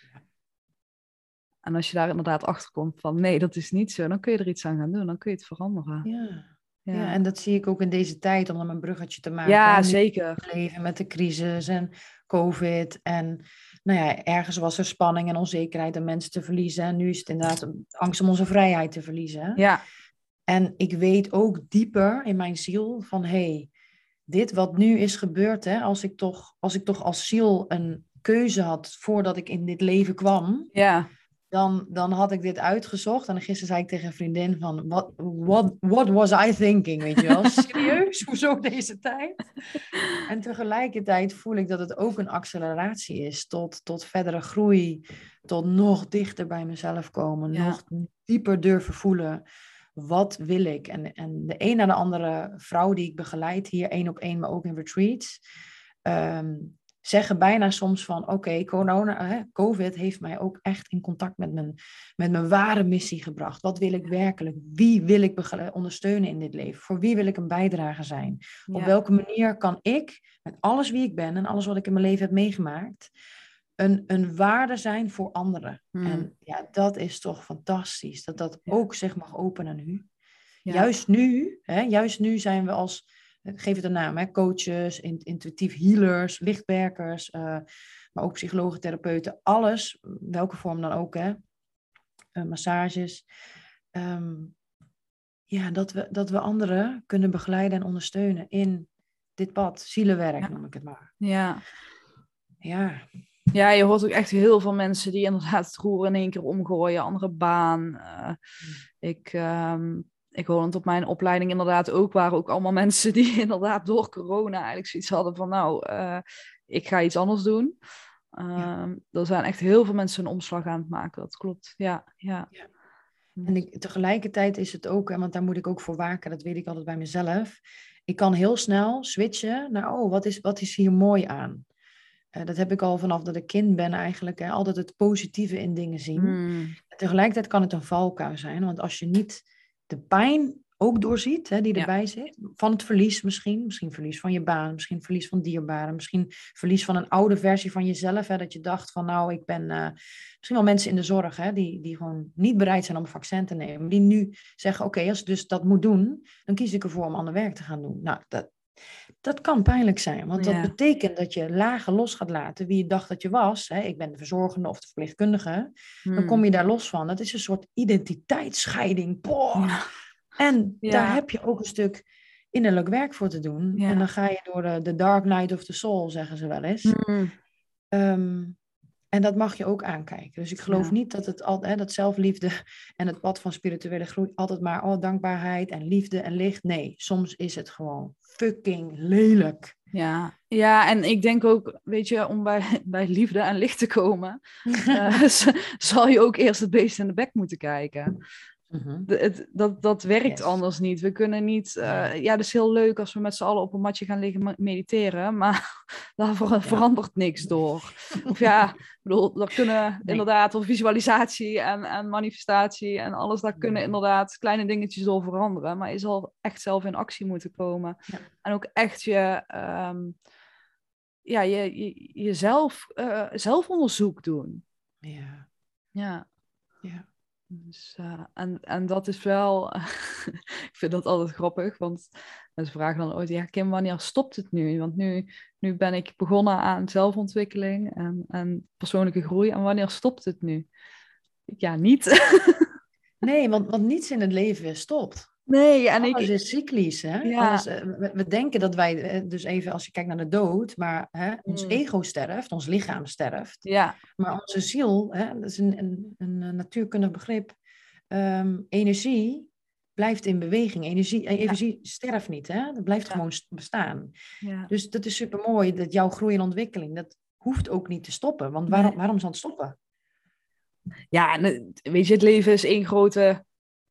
En als je daar inderdaad achter komt van nee, dat is niet zo, dan kun je er iets aan gaan doen, dan kun je het veranderen. Ja. Ja, Ja, en dat zie ik ook in deze tijd, om dan een bruggetje te maken. ja hè. Nu zeker. het leven met de crisis en COVID. En nou ja, ergens was er spanning en onzekerheid om mensen te verliezen. En nu is het inderdaad angst om onze vrijheid te verliezen. Ja, En ik weet ook dieper in mijn ziel van, hé, hey, dit wat nu is gebeurd, hè, als ik toch, als ik toch als ziel een keuze had voordat ik in dit leven kwam, ja, dan, dan had ik dit uitgezocht. En gisteren zei ik tegen een vriendin van, what, what, what was I thinking, weet je wel? Serieus? Hoezo deze tijd? En tegelijkertijd voel ik dat het ook een acceleratie is tot, tot verdere groei, tot nog dichter bij mezelf komen, Ja. nog dieper durven voelen. Wat wil ik? En, en de een na de andere vrouw die ik begeleid hier, één op één, maar ook in retreats, um, zeggen bijna soms van, oké, okay, corona, hè, COVID heeft mij ook echt in contact met mijn, met mijn ware missie gebracht. Wat wil ik werkelijk? Wie wil ik begele- ondersteunen in dit leven? Voor wie wil ik een bijdrage zijn? ja. Op welke manier kan ik, met alles wie ik ben en alles wat ik in mijn leven heb meegemaakt, een, een waarde zijn voor anderen? Hmm. En ja, dat is toch fantastisch, dat dat Ja. ook zich mag openen nu. Ja. Juist nu, hè, juist nu zijn we als, geef het een naam, hè, coaches, intuïtief healers, lichtwerkers, uh, maar ook psychologen, therapeuten, alles, welke vorm dan ook, hè, uh, massages. Um, ja, dat we, dat we anderen kunnen begeleiden en ondersteunen in dit pad, zielenwerk, Ja. noem ik het maar. Ja. Ja. Ja, je hoort ook echt heel veel mensen die inderdaad het roer in één keer omgooien, andere baan. Uh, ik, um, ik hoor het op mijn opleiding inderdaad ook, waren ook allemaal mensen die inderdaad door corona eigenlijk zoiets hadden van nou, uh, ik ga iets anders doen. Um, ja. Er zijn echt heel veel mensen een omslag aan het maken, dat klopt. Ja, ja. ja. En ik, tegelijkertijd is het ook, want daar moet ik ook voor waken, dat weet ik altijd bij mezelf. Ik kan heel snel switchen naar, oh, wat is, wat is hier mooi aan? Uh, dat heb ik al vanaf dat ik kind ben eigenlijk. Hè, altijd het positieve in dingen zien. Mm. Tegelijkertijd kan het een valkuil zijn. Want als je niet de pijn ook doorziet, hè, die erbij ja. zit. Van het verlies misschien. Misschien verlies van je baan. Misschien verlies van dierbaren. Misschien verlies van een oude versie van jezelf. Hè, dat je dacht van nou, ik ben... Uh, misschien wel mensen in de zorg. Hè, die, die gewoon niet bereid zijn om een vaccin te nemen. Die nu zeggen, oké, okay, als ik dus dat moet doen, dan kies ik ervoor om ander werk te gaan doen. Nou, dat... Dat kan pijnlijk zijn, want dat ja. betekent dat je lagen los gaat laten wie je dacht dat je was. Hè? Ik ben de verzorgende of de verpleegkundige. Hmm. Dan kom je daar los van. Dat is een soort identiteitsscheiding. Ja. En ja. daar heb je ook een stuk innerlijk werk voor te doen. Ja. En dan ga je door de, de dark night of the soul, zeggen ze wel eens. Hmm. Um, en dat mag je ook aankijken. Dus ik geloof ja. niet dat het al, hè, dat zelfliefde en het pad van spirituele groei altijd maar oh, dankbaarheid en liefde en licht. Nee, soms is het gewoon fucking lelijk. Ja, ja, en ik denk ook, weet je, om bij, bij liefde en licht te komen, uh, zal je ook eerst het beest in de bek moeten kijken. Mm-hmm. De, het, dat, dat werkt yes. anders niet. We kunnen niet... Uh, ja. ja, dat is heel leuk als we met z'n allen op een matje gaan liggen mediteren, maar daar ver- ja. verandert niks door. Of ja, ik bedoel, daar kunnen nee. inderdaad door visualisatie en, en manifestatie en alles, daar kunnen inderdaad kleine dingetjes door veranderen, maar je zal echt zelf in actie moeten komen. Ja. En ook echt je... Um, ja, je, je, jezelf uh, zelfonderzoek doen. Ja. Ja. Ja. Dus, uh, en, en dat is wel... ik vind dat altijd grappig, want mensen vragen dan ooit... Ja, Kim, wanneer stopt het nu? Want nu, nu ben ik begonnen aan zelfontwikkeling en, en persoonlijke groei. En wanneer stopt het nu? Ja, niet. Nee, want, want niets in het leven stopt. Nee, en alles ik... is cyclisch, hè? Ja. Alles, we, we denken dat wij, dus even als je kijkt naar de dood, maar hè, ons mm. ego sterft, ons lichaam sterft. Ja. Maar onze ziel, hè, dat is een, een, een natuurkundig begrip, um, energie blijft in beweging. Energie, energie ja. sterft niet, hè? Dat blijft ja. gewoon bestaan. Ja. Dus dat is super mooi, dat jouw groei en ontwikkeling, dat hoeft ook niet te stoppen. Want waarom, nee. waarom zou het stoppen? Ja, en weet je, het leven is één grote...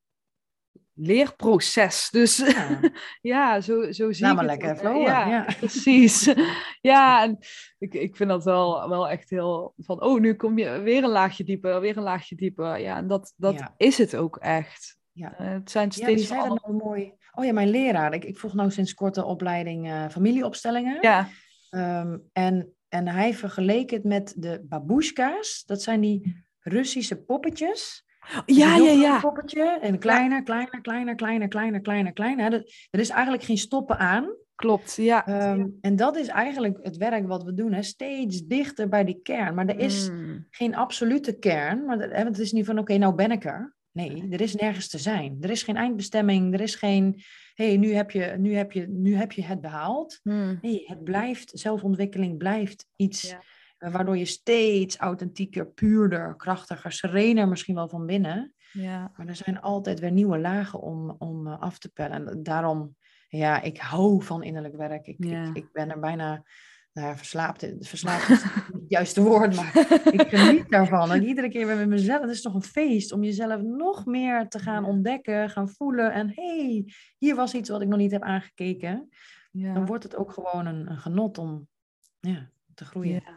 leerproces. Dus ja, ja zo, zo zie nou, ik maar het. lekker flowen, ja, ja, precies. Ja, en ik, ik vind dat wel, wel echt heel van, oh, nu kom je weer een laagje dieper, weer een laagje dieper. Ja, en dat, dat ja. is het ook echt. Ja, uh, het zijn steeds ja, die zei dat nou mooi. Oh ja, mijn leraar. Ik, ik volg nou sinds kort de opleiding uh, familieopstellingen. Ja. Um, en, en hij vergeleek het met de babushka's. Dat zijn die Russische poppetjes. Ja, ja, ja. Poppetje en kleiner, kleiner, kleiner, kleiner, kleiner, kleiner, kleiner. Er is eigenlijk geen stoppen aan. Klopt, ja. Um, en dat is eigenlijk het werk wat we doen, hè? Steeds dichter bij die kern. Maar er is mm. geen absolute kern. Maar hè, het is niet van, oké, okay, nou ben ik er. Nee, er is nergens te zijn. Er is geen eindbestemming. Er is geen, hé, hey, nu, heb je, nu, heb je, nu heb je het behaald. Mm. Nee, het blijft, zelfontwikkeling blijft iets... Ja. Waardoor je steeds authentieker, puurder, krachtiger, serener misschien wel van binnen. Ja. Maar er zijn altijd weer nieuwe lagen om, om uh, af te pellen. En daarom, ja, ik hou van innerlijk werk. Ik, ja. ik, ik ben er bijna nou ja, verslaafd. Verslaafd is niet het juiste woord, maar ik geniet daarvan. En iedere keer weer met mezelf. Het is toch een feest om jezelf nog meer te gaan ja. ontdekken, gaan voelen. En hé, hey, hier was iets wat ik nog niet heb aangekeken. Ja. Dan wordt het ook gewoon een, een genot om ja, te groeien. Ja.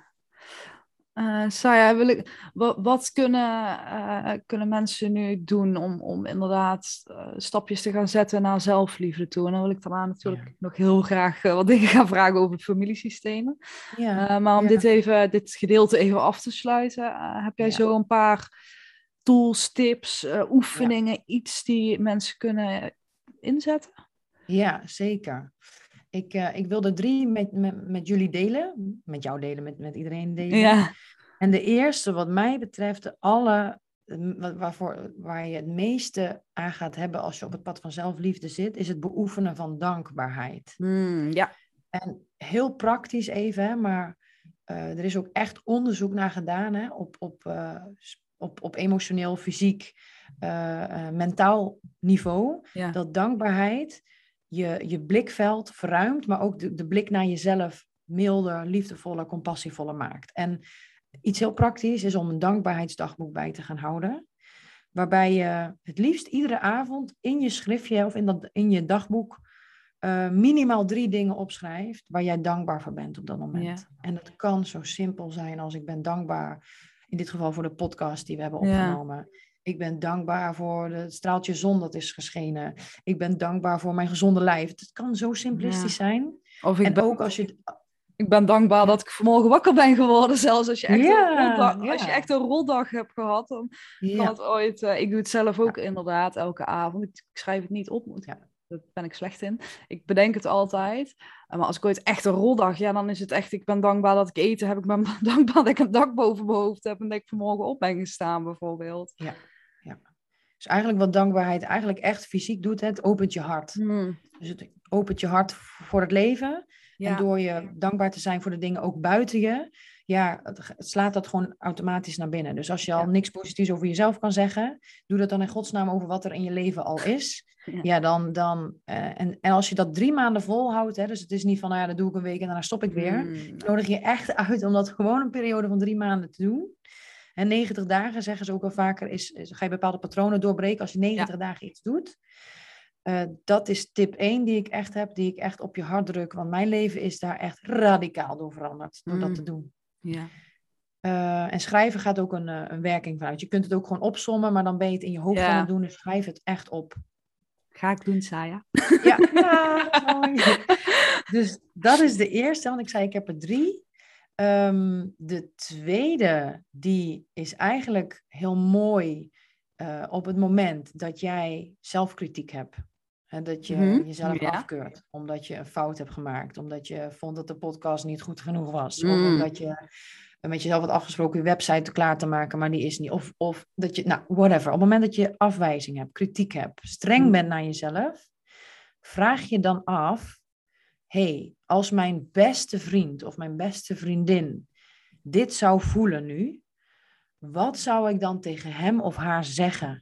Uh, Saya, wil ik, wat, wat kunnen, uh, kunnen mensen nu doen om, om inderdaad uh, stapjes te gaan zetten naar zelfliefde toe? En dan wil ik daarna natuurlijk ja. nog heel graag uh, wat dingen gaan vragen over familiesystemen. Ja. Uh, maar om ja. dit, even, dit gedeelte even af te sluiten, uh, heb jij ja. zo een paar tools, tips, uh, oefeningen, ja. iets die mensen kunnen inzetten? Ja, zeker. Ik, uh, ik wilde drie met, met, met jullie delen. Met jou delen, met, met iedereen delen. Ja. En de eerste, wat mij betreft, de alle, waarvoor, waar je het meeste aan gaat hebben als je op het pad van zelfliefde zit, is het beoefenen van dankbaarheid. Mm, ja. En heel praktisch even, hè, maar uh, er is ook echt onderzoek naar gedaan, hè, op, op, uh, op, op emotioneel, fysiek, uh, uh, mentaal niveau. Ja. Dat dankbaarheid je, je blikveld verruimt, maar ook de, de blik naar jezelf milder, liefdevoller, compassievoller maakt. En iets heel praktisch is om een dankbaarheidsdagboek bij te gaan houden. Waarbij je het liefst iedere avond in je schriftje of in, dat, in je dagboek uh, minimaal drie dingen opschrijft waar jij dankbaar voor bent op dat moment. Ja. En dat kan zo simpel zijn als ik ben dankbaar, in dit geval voor de podcast die we hebben opgenomen. Ja. Ik ben dankbaar voor het straaltje zon dat is geschenen. Ik ben dankbaar voor mijn gezonde lijf. Het kan zo simplistisch ja. zijn. Of ik en ben... ook als je... Ik ben dankbaar dat ik vanmorgen wakker ben geworden. Zelfs als je echt, ja, een, roldag, ja. als je echt een roldag hebt gehad. Dan ja. kan het ooit... Uh, ik doe het zelf ook ja. inderdaad elke avond. Ik, ik schrijf het niet op. Moet, ja. Daar ben ik slecht in. Ik bedenk het altijd. Maar als ik ooit echt een roldag... Ja, dan is het echt... Ik ben dankbaar dat ik eten heb. Ik ben dankbaar dat ik een dak boven mijn hoofd heb. En dat ik vanmorgen op ben gestaan bijvoorbeeld. Ja, ja. Dus eigenlijk wat dankbaarheid eigenlijk echt fysiek doet. Het opent je hart. Hmm. Dus het opent je hart voor het leven... Ja. En door je dankbaar te zijn voor de dingen ook buiten je, ja, het, het slaat dat gewoon automatisch naar binnen. Dus als je al ja. niks positiefs over jezelf kan zeggen, doe dat dan in godsnaam over wat er in je leven al is. Ja, ja dan, dan uh, en, en als je dat drie maanden volhoudt, hè, dus het is niet van, nou ja, dat doe ik een week en daarna stop ik weer. Mm. Nodig je echt uit om dat gewoon een periode van drie maanden te doen. En negentig dagen, zeggen ze ook al vaker, is, is, ga je bepaalde patronen doorbreken als je negentig ja. dagen iets doet. Uh, dat is tip één die ik echt heb, die ik echt op je hart druk. Want mijn leven is daar echt radicaal door veranderd, door mm. dat te doen. Ja. Uh, en schrijven gaat ook een, uh, een werking vanuit. Je kunt het ook gewoon opsommen, maar dan ben je het in je hoofd ja. aan het doen. Dus schrijf het echt op. Ga ik doen, Saya. Ja, ja mooi. Dus dat is de eerste, want ik zei ik heb er drie. Um, de tweede, die is eigenlijk heel mooi uh, op het moment dat jij zelfkritiek hebt. En dat je mm-hmm. jezelf ja. afkeurt, omdat je een fout hebt gemaakt. Omdat je vond dat de podcast niet goed genoeg was. Mm. Of omdat je met jezelf had afgesproken je website klaar te maken, maar die is niet. Of, of dat je, nou, whatever. Op het moment dat je afwijzing hebt, kritiek hebt, streng mm. bent naar jezelf, vraag je dan af, hey, als mijn beste vriend of mijn beste vriendin dit zou voelen nu, wat zou ik dan tegen hem of haar zeggen?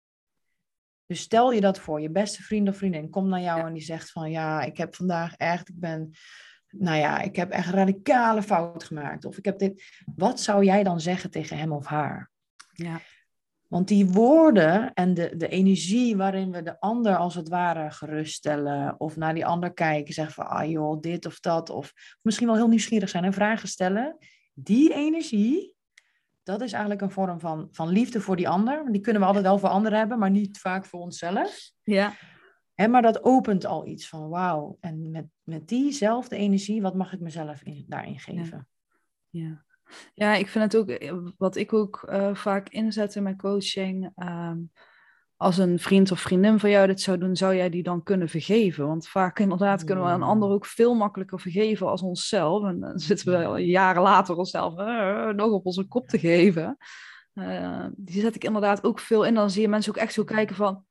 Dus stel je dat voor, je beste vriend of vriendin komt naar jou ja. en die zegt van, ja, ik heb vandaag echt, ik ben, nou ja, ik heb echt een radicale fout gemaakt. Of ik heb dit. Wat zou jij dan zeggen tegen hem of haar? Ja. Want die woorden en de, de energie waarin we de ander als het ware geruststellen of naar die ander kijken, zeggen van, ah joh, dit of dat, of misschien wel heel nieuwsgierig zijn en vragen stellen, die energie, dat is eigenlijk een vorm van, van liefde voor die ander. Die kunnen we altijd wel voor anderen hebben, maar niet vaak voor onszelf. Ja. En maar dat opent al iets van wauw. En met, met diezelfde energie, wat mag ik mezelf in, daarin geven? Ja. ja. Ja, ik vind het ook, wat ik ook uh, vaak inzet in mijn coaching, um, als een vriend of vriendin van jou dit zou doen, zou jij die dan kunnen vergeven? Want vaak inderdaad kunnen we een ander ook veel makkelijker vergeven als onszelf. En dan zitten we jaren later onszelf uh, nog op onze kop te geven. Uh, die zet ik inderdaad ook veel in. Dan zie je mensen ook echt zo kijken van,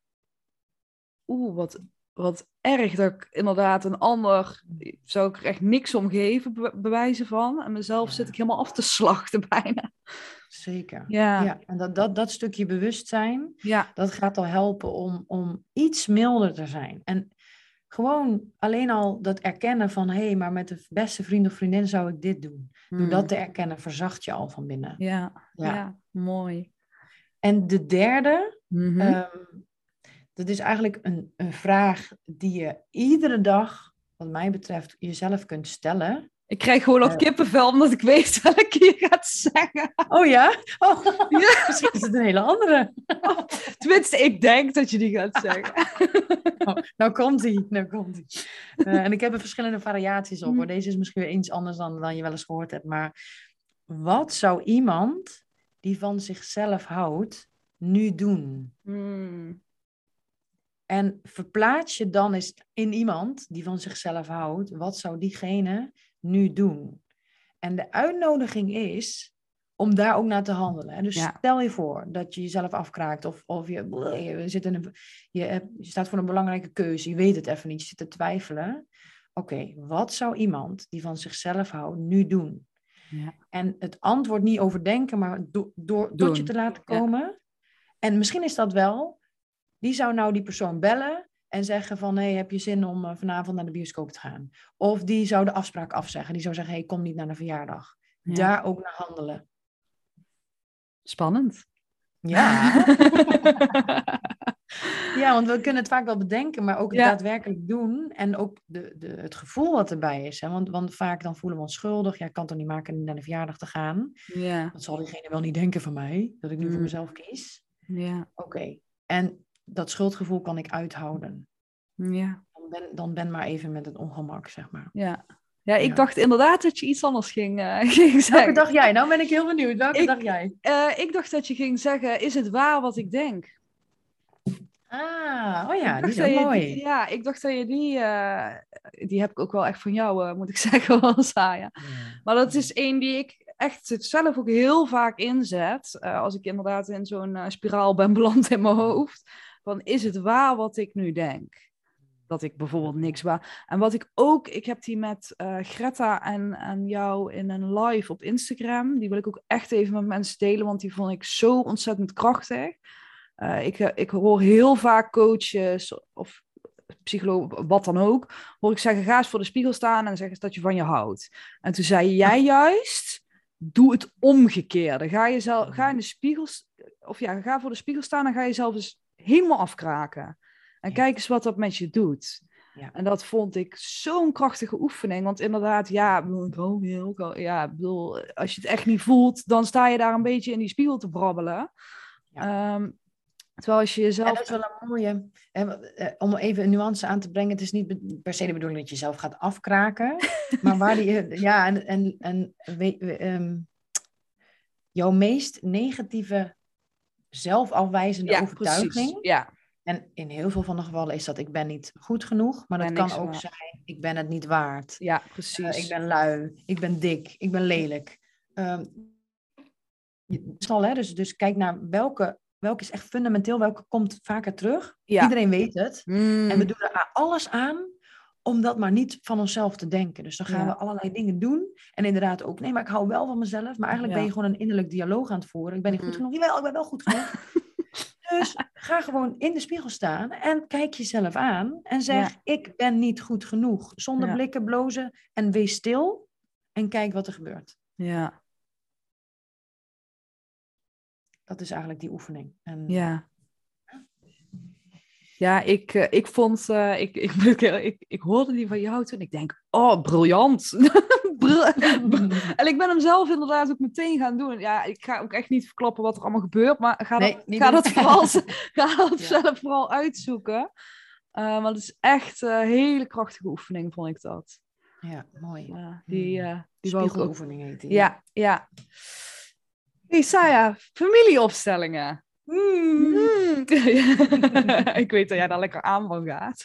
oeh, wat... Wat erg dat ik inderdaad een ander, zou ik er echt niks om geven, be- bewijzen van. En mezelf ja. zit ik helemaal af te slachten bijna. Zeker. Ja. ja. En dat, dat, dat stukje bewustzijn, ja. dat gaat al helpen om, om iets milder te zijn. En gewoon alleen al dat erkennen van, hé, hey, maar met de beste vriend of vriendin zou ik dit doen. Hmm. Door dat te erkennen, verzacht je al van binnen. Ja, ja. ja mooi. En de derde... Mm-hmm. Um, Dat is eigenlijk een, een vraag die je iedere dag, wat mij betreft, jezelf kunt stellen. Ik krijg gewoon al uh, kippenvel, omdat ik weet welke je gaat zeggen. Oh ja? Oh, ja. Misschien is het een hele andere. Oh, tenminste, ik denk dat je die gaat zeggen. Oh, nou komt die, nou komt die. Uh, en ik heb er verschillende variaties op. Hoor. Deze is misschien weer iets anders dan, dan je wel eens gehoord hebt. Maar wat zou iemand die van zichzelf houdt, nu doen? Hmm. En verplaats je dan eens in iemand die van zichzelf houdt, wat zou diegene nu doen? En de uitnodiging is om daar ook naar te handelen. Dus ja. stel je voor dat je jezelf afkraakt of, of je, je, zit in een, je, hebt, je staat voor een belangrijke keuze, je weet het even niet, je zit te twijfelen. Oké, okay, wat zou iemand die van zichzelf houdt nu doen? Ja. En het antwoord niet overdenken, maar do- door Doen. tot je te laten komen. Ja. En misschien is dat wel, wie zou nou die persoon bellen en zeggen van, hé, hey, heb je zin om uh, vanavond naar de bioscoop te gaan? Of die zou de afspraak afzeggen. Die zou zeggen, hé, hey, kom niet naar de verjaardag. Ja. Daar ook naar handelen. Spannend. Ja. Ja, want we kunnen het vaak wel bedenken, maar ook het ja. daadwerkelijk doen. En ook de, de, het gevoel wat erbij is. Hè? Want, want vaak dan voelen we ons schuldig. Ja, ik kan toch niet maken om naar de verjaardag te gaan. Ja. Dat zal diegene wel niet denken van mij, dat ik nu mm. voor mezelf kies. Ja. Oké. Okay. En dat schuldgevoel kan ik uithouden. Ja. Dan ben, dan ben maar even met het ongemak, zeg maar. Ja. Ja, ik ja. dacht inderdaad dat je iets anders ging, uh, ging zeggen. Welke dacht jij? Nou ben ik heel benieuwd. Welke ik, dacht jij? Uh, ik dacht dat je ging zeggen, is het waar wat ik denk? Ah, oh ja, die is ook mooi. Die, ja, ik dacht dat je die... Uh, die heb ik ook wel echt van jou, uh, moet ik zeggen, wel, Saya. Ja. Maar dat is één die ik echt zelf ook heel vaak inzet. Uh, als ik inderdaad in zo'n uh, spiraal ben beland in mijn hoofd. Van, is het waar wat ik nu denk? Dat ik bijvoorbeeld niks waar... En wat ik ook... Ik heb die met uh, Greta en, en jou in een live op Instagram. Die wil ik ook echt even met mensen delen. Want die vond ik zo ontzettend krachtig. Uh, ik, ik hoor heel vaak coaches of psychologen, wat dan ook, hoor ik zeggen, ga eens voor de spiegel staan en zeg eens dat je van je houdt. En toen zei jij juist, doe het omgekeerde. Ga, jezelf, ga in de spiegel, of ja, ga voor de spiegel staan en ga jezelf eens helemaal afkraken. En ja. kijk eens wat dat met je doet. Ja. En dat vond ik zo'n krachtige oefening. Want inderdaad, ja, ik hou heel, ja, bedoel, als je het echt niet voelt, dan sta je daar een beetje in die spiegel te brabbelen. Ja. Um, Terwijl als je jezelf... Ja, dat is wel een mooie... Om even een nuance aan te brengen. Het is niet per se de bedoeling dat je jezelf gaat afkraken. Maar waar die... Ja, en... en, en um, jouw meest negatieve zelfafwijzende ja, overtuiging... Precies. Ja. En in heel veel van de gevallen is dat ik ben niet goed genoeg. Maar dat kan ook waard. zijn, ik ben het niet waard. Ja, precies. Uh, ik ben lui. Ik ben dik. Ik ben lelijk. Um, snel, hè? Dus, dus kijk naar welke... Welke is echt fundamenteel, welke komt vaker terug. Ja. Iedereen weet het. Mm. En we doen er alles aan om dat maar niet van onszelf te denken. Dus dan gaan ja. we allerlei dingen doen. En inderdaad ook, nee, maar ik hou wel van mezelf. Maar eigenlijk ja. ben je gewoon een innerlijk dialoog aan het voeren. Ik ben niet mm. goed genoeg. Jawel, ik ben wel goed genoeg. Dus ga gewoon in de spiegel staan en kijk jezelf aan. En zeg, ja. ik ben niet goed genoeg. Zonder ja. blikken, blozen. En wees stil en kijk wat er gebeurt. Ja. Dat is eigenlijk die oefening. En... Ja. Ja, ik, uh, ik vond... Uh, ik, ik, ik, ik, ik hoorde die van jou toen. Ik denk, oh, briljant. En ik ben hem zelf inderdaad ook meteen gaan doen. Ja, ik ga ook echt niet verklappen wat er allemaal gebeurt. Maar ga nee, dat, ga dat, vooral, ga dat ja. zelf vooral uitzoeken. Uh, want het is echt een hele krachtige oefening, vond ik dat. Ja, mooi. Ja, die uh, die spiegeloefening heet die. Ja, ja. Hey, Saya, familieopstellingen. Mm. Mm. Ik weet dat jij daar lekker aan van gaat.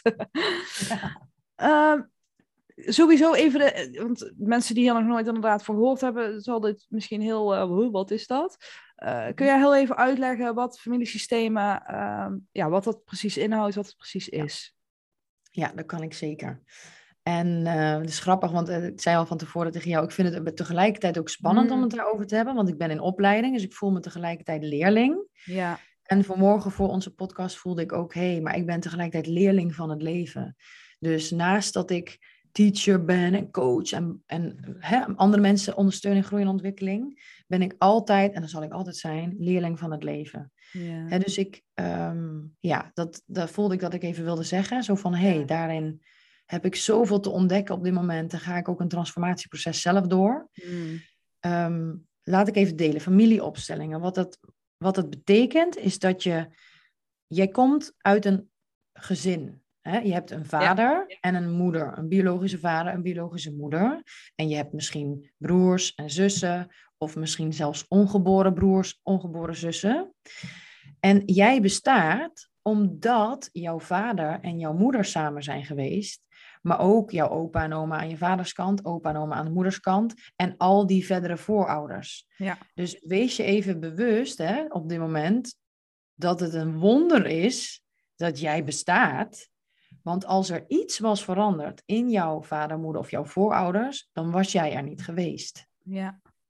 Ja. uh, sowieso even, de, want mensen die hier nog nooit inderdaad van gehoord hebben, zal dit misschien heel, uh, wat is dat? Uh, kun jij heel even uitleggen wat familiesystemen, uh, ja, wat dat precies inhoudt, wat het precies is? Ja, dat kan ik zeker. En uh, het is grappig, want uh, ik zei al van tevoren tegen jou, ik vind het tegelijkertijd ook spannend mm. om het daarover te hebben, want ik ben in opleiding, dus ik voel me tegelijkertijd leerling. Ja. En vanmorgen voor onze podcast voelde ik ook, hé, hey, maar ik ben tegelijkertijd leerling van het leven. Dus naast dat ik teacher ben en coach en, en hè, andere mensen ondersteunen in groei en ontwikkeling, ben ik altijd, en dat zal ik altijd zijn, leerling van het leven. Ja. Hè, dus ik, um, ja, dat, dat voelde ik dat ik even wilde zeggen, zo van, hé, hey, daarin heb ik zoveel te ontdekken op dit moment. Dan ga ik ook een transformatieproces zelf door. Mm. Um, laat ik even delen. Familieopstellingen. Wat dat, wat dat betekent is dat je... Jij komt uit een gezin. Hè? Je hebt een vader ja, ja. en een moeder. Een biologische vader, een biologische moeder. En je hebt misschien broers en zussen. Of misschien zelfs ongeboren broers, ongeboren zussen. En jij bestaat omdat jouw vader en jouw moeder samen zijn geweest. Maar ook jouw opa en oma aan je vaders kant, opa en oma aan de moeders kant en al die verdere voorouders. Ja. Dus wees je even bewust hè, op dit moment dat het een wonder is dat jij bestaat. Want als er iets was veranderd in jouw vader, moeder of jouw voorouders, dan was jij er niet geweest. Ja.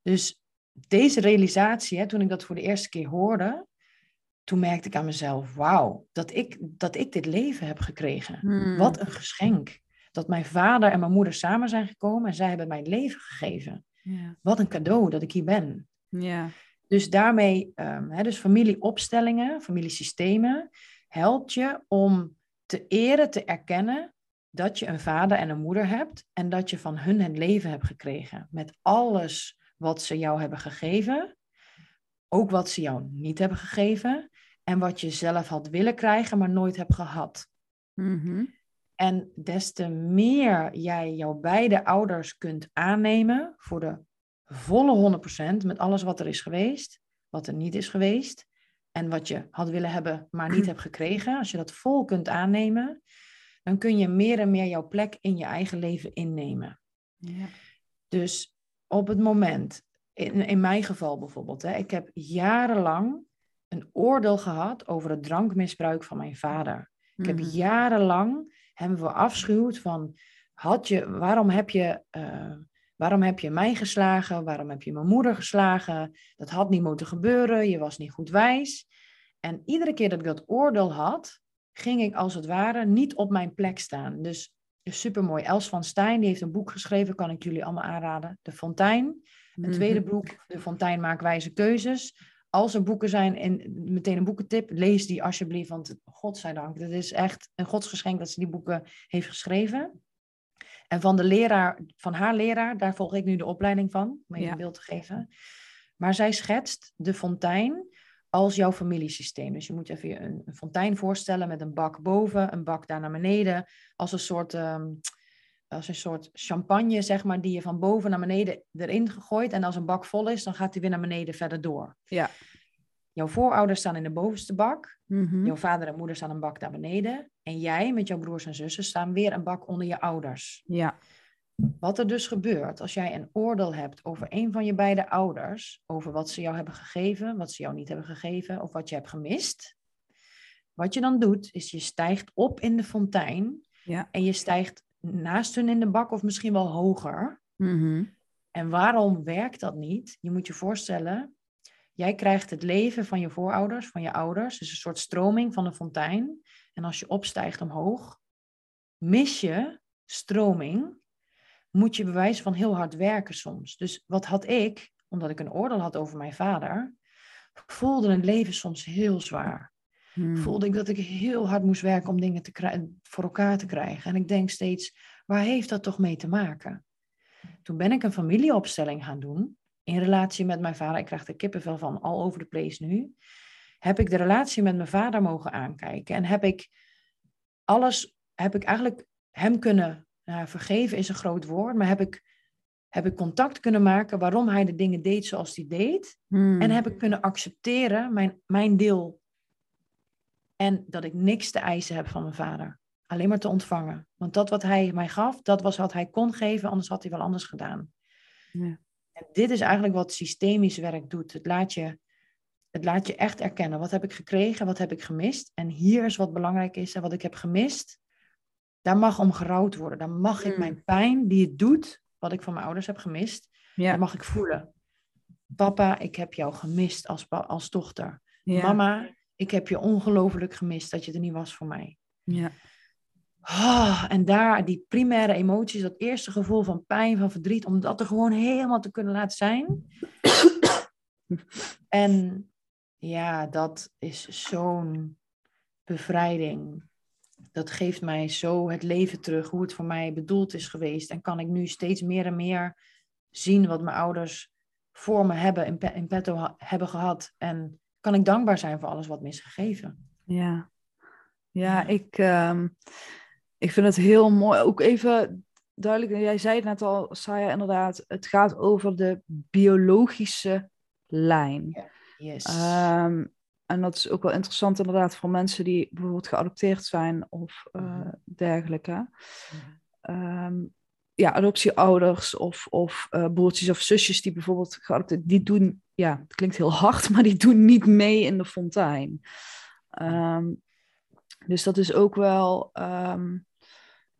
Dus deze realisatie, hè, toen ik dat voor de eerste keer hoorde, toen merkte ik aan mezelf, wauw, dat ik, dat ik dit leven heb gekregen. Hmm. Wat een geschenk. Dat mijn vader en mijn moeder samen zijn gekomen en zij hebben mij het leven gegeven. Ja. Wat een cadeau dat ik hier ben. Ja. Dus daarmee, um, hè, dus familieopstellingen, familiesystemen, helpt je om te eren, te erkennen dat je een vader en een moeder hebt en dat je van hun het leven hebt gekregen. Met alles wat ze jou hebben gegeven, ook wat ze jou niet hebben gegeven en wat je zelf had willen krijgen, maar nooit hebt gehad. Mm-hmm. En des te meer jij jouw beide ouders kunt aannemen voor de volle honderd procent met alles wat er is geweest, wat er niet is geweest en wat je had willen hebben, maar niet hebt gekregen. Als je dat vol kunt aannemen, dan kun je meer en meer jouw plek in je eigen leven innemen. Ja. Dus op het moment, in, in mijn geval bijvoorbeeld, hè, ik heb jarenlang een oordeel gehad over het drankmisbruik van mijn vader. Ik heb Mm-hmm. jarenlang hem verafschuwd van, had je, waarom, heb je, uh, waarom heb je mij geslagen? Waarom heb je mijn moeder geslagen? Dat had niet moeten gebeuren, je was niet goed wijs. En iedere keer dat ik dat oordeel had, ging ik als het ware niet op mijn plek staan. Dus, dus supermooi. Els van Stijn, die heeft een boek geschreven, kan ik jullie allemaal aanraden. De Fontein. Een Mm-hmm. tweede boek, De Fontein maakt wijze keuzes. Als er boeken zijn, en meteen een boekentip, lees die alsjeblieft, want godzijdank, het is echt een godsgeschenk dat ze die boeken heeft geschreven. En van de leraar, van haar leraar, daar volg ik nu de opleiding van, om even Ja. een beeld te geven. Maar zij schetst de fontein als jouw familiesysteem. Dus je moet even een, een fontein voorstellen met een bak boven, een bak daar naar beneden, als een soort... Um, als een soort champagne, zeg maar, die je van boven naar beneden erin gegooid. En als een bak vol is, dan gaat die weer naar beneden verder door. Ja. Jouw voorouders staan in de bovenste bak. Mm-hmm. Jouw vader en moeder staan een bak naar beneden. En jij met jouw broers en zussen staan weer een bak onder je ouders. Ja. Wat er dus gebeurt als jij een oordeel hebt over een van je beide ouders, over wat ze jou hebben gegeven, wat ze jou niet hebben gegeven, of wat je hebt gemist. Wat je dan doet, is je stijgt op in de fontein. Ja. En je stijgt naast hun in de bak of misschien wel hoger. Mm-hmm. En waarom werkt dat niet? Je moet je voorstellen, jij krijgt het leven van je voorouders, van je ouders. Dus een soort stroming van een fontein. En als je opstijgt omhoog, mis je stroming. Moet je bewijzen van heel hard werken soms. Dus wat had ik, omdat ik een oordeel had over mijn vader, voelde het leven soms heel zwaar. Hmm. Voelde ik dat ik heel hard moest werken om dingen te kri- voor elkaar te krijgen. En ik denk steeds, waar heeft dat toch mee te maken? Toen ben ik een familieopstelling gaan doen, in relatie met mijn vader. Ik krijg er kippenvel van, all over the place nu. Heb ik de relatie met mijn vader mogen aankijken. En heb ik alles, heb ik eigenlijk hem kunnen, nou, vergeven is een groot woord, maar heb ik, heb ik contact kunnen maken waarom hij de dingen deed zoals hij deed. Hmm. En heb ik kunnen accepteren mijn, mijn deel. En dat ik niks te eisen heb van mijn vader. Alleen maar te ontvangen. Want dat wat hij mij gaf, dat was wat hij kon geven, anders had hij wel anders gedaan. Ja. En dit is eigenlijk wat systemisch werk doet. Het laat je, het laat je echt erkennen. Wat heb ik gekregen, wat heb ik gemist? En hier is wat belangrijk is. En wat ik heb gemist, daar mag om gerouwd worden. Daar mag ik mijn pijn, die het doet, wat ik van mijn ouders heb gemist, Ja. daar mag ik voelen. Papa, ik heb jou gemist als, als dochter. Ja. Mama, ik heb je ongelooflijk gemist dat je er niet was voor mij. Ja. Oh, en daar, die primaire emoties, dat eerste gevoel van pijn, van verdriet, om dat er gewoon helemaal te kunnen laten zijn. En ja, dat is zo'n bevrijding. Dat geeft mij zo het leven terug, hoe het voor mij bedoeld is geweest. En kan ik nu steeds meer en meer zien wat mijn ouders voor me hebben, in, pe- in petto ha- hebben gehad. En kan ik dankbaar zijn voor alles wat me is gegeven. Ja, ja, Ja. ik, um, ik vind het heel mooi. Ook even duidelijk, jij zei het net al, Saya, inderdaad, het gaat over de biologische lijn. Yes. Um, en dat is ook wel interessant inderdaad voor mensen die bijvoorbeeld geadopteerd zijn of uh, Mhm. dergelijke. Um, ja, adoptieouders of, of uh, broertjes of zusjes die bijvoorbeeld geadopteerd, die doen, ja, het klinkt heel hard, maar die doen niet mee in de fontein. Um, dus dat is ook wel, um,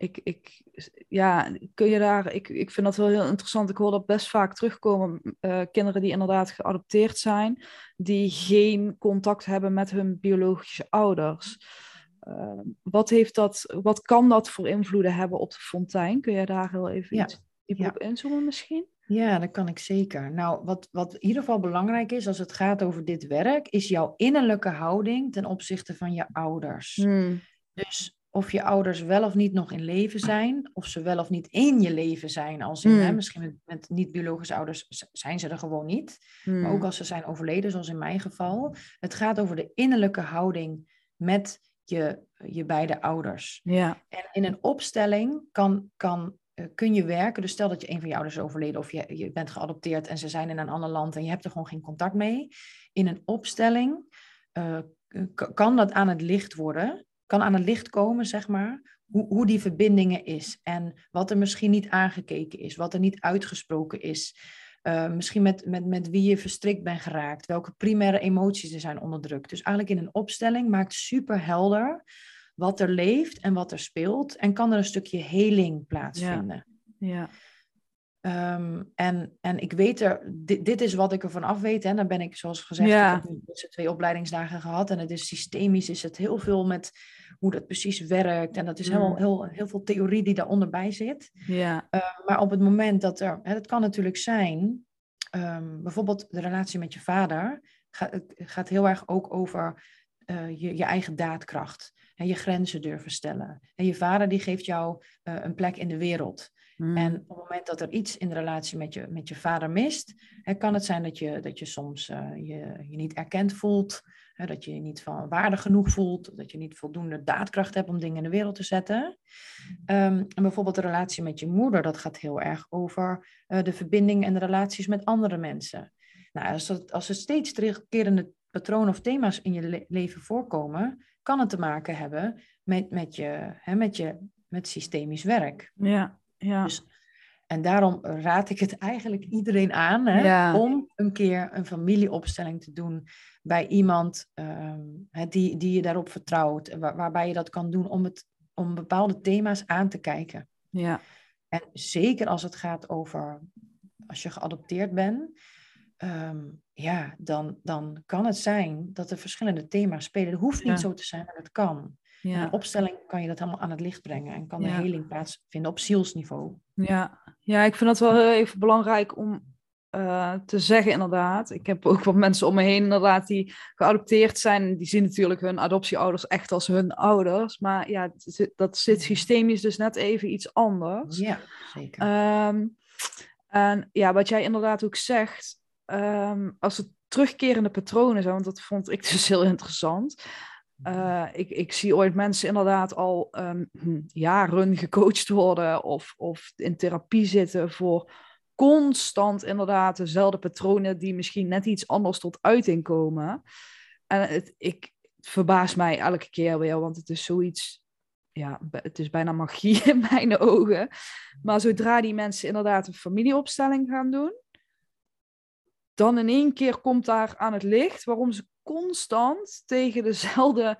ik, ik, ja, kun je daar, ik, ik vind dat wel heel interessant. Ik hoor dat best vaak terugkomen. Uh, kinderen die inderdaad geadopteerd zijn, die geen contact hebben met hun biologische ouders. Uh, wat heeft dat, wat kan dat voor invloeden hebben op de fontein? Kun je daar heel even Ja, iets dieper ja. op inzoomen misschien? Ja, dat kan ik zeker. Nou, wat, wat in ieder geval belangrijk is als het gaat over dit werk, is jouw innerlijke houding ten opzichte van je ouders. Hmm. Dus of je ouders wel of niet nog in leven zijn, of ze wel of niet in je leven zijn, als in, Hmm. hè, misschien met, met niet-biologische ouders zijn ze er gewoon niet. Hmm. Maar ook als ze zijn overleden, zoals in mijn geval. Het gaat over de innerlijke houding met je, je beide ouders. Ja. En in een opstelling kan, kan, uh, kun je werken. Dus stel dat je een van je ouders is overleden of je, je bent geadopteerd en ze zijn in een ander land en je hebt er gewoon geen contact mee. In een opstelling uh, k- kan dat aan het licht worden. Kan aan het licht komen, zeg maar, hoe, hoe die verbindingen is. En wat er misschien niet aangekeken is, wat er niet uitgesproken is. Uh, misschien met, met, met wie je verstrikt bent geraakt. Welke primaire emoties er zijn onderdrukt. Dus eigenlijk in een opstelling maakt super helder wat er leeft en wat er speelt. En kan er een stukje heling plaatsvinden. Ja. Ja. Um, en, en ik weet er, dit, dit is wat ik ervan af weet. En dan ben ik, zoals gezegd, Ja. ik heb nu twee opleidingsdagen gehad. En het is systemisch, is het heel veel met hoe dat precies werkt. En dat is heel, heel, heel veel theorie die daaronder bij zit. Ja. Uh, maar op het moment dat er, hè, het kan natuurlijk zijn, um, bijvoorbeeld de relatie met je vader, gaat, het gaat heel erg ook over uh, je, je eigen daadkracht. En je grenzen durven stellen. En je vader die geeft jou uh, een plek in de wereld. Mm. En op het moment dat er iets in de relatie met je, met je vader mist, hè, kan het zijn dat je, dat je soms uh, je, je niet erkend voelt, hè, dat je je niet van waarde genoeg voelt, dat je niet voldoende daadkracht hebt om dingen in de wereld te zetten. Um, en bijvoorbeeld de relatie met je moeder, dat gaat heel erg over uh, de verbinding en de relaties met andere mensen. Nou, als, het, als er steeds terugkerende patronen of thema's in je le- leven voorkomen, kan het te maken hebben met, met, je, hè, met, je, met systemisch werk. Ja. Ja. Dus, en daarom raad ik het eigenlijk iedereen aan, hè, ja. om een keer een familieopstelling te doen bij iemand um, hè, die, die je daarop vertrouwt, waar, waarbij je dat kan doen om, het, om bepaalde thema's aan te kijken. Ja. En zeker als het gaat over als je geadopteerd bent, um, ja, dan, dan kan het zijn dat er verschillende thema's spelen. Het hoeft niet ja. zo te zijn, maar het kan. Ja. In een opstelling kan je dat helemaal aan het licht brengen en kan ja. de heling plaatsvinden op zielsniveau. Ja. ja, ik vind het wel heel even belangrijk om uh, te zeggen inderdaad. Ik heb ook wat mensen om me heen inderdaad die geadopteerd zijn. Die zien natuurlijk hun adoptieouders echt als hun ouders. Maar ja, dat zit systemisch dus net even iets anders. Ja, zeker. Um, en ja, wat jij inderdaad ook zegt, um, als het terugkerende patronen zijn, want dat vond ik dus heel interessant. Uh, ik, ik zie ooit mensen inderdaad al um, jaren gecoacht worden of, of in therapie zitten voor constant inderdaad dezelfde patronen die misschien net iets anders tot uiting komen. En het, ik, het verbaast mij elke keer weer, want het is zoiets, ja, het is bijna magie in mijn ogen. Maar zodra die mensen inderdaad een familieopstelling gaan doen, dan in één keer komt daar aan het licht waarom ze constant tegen dezelfde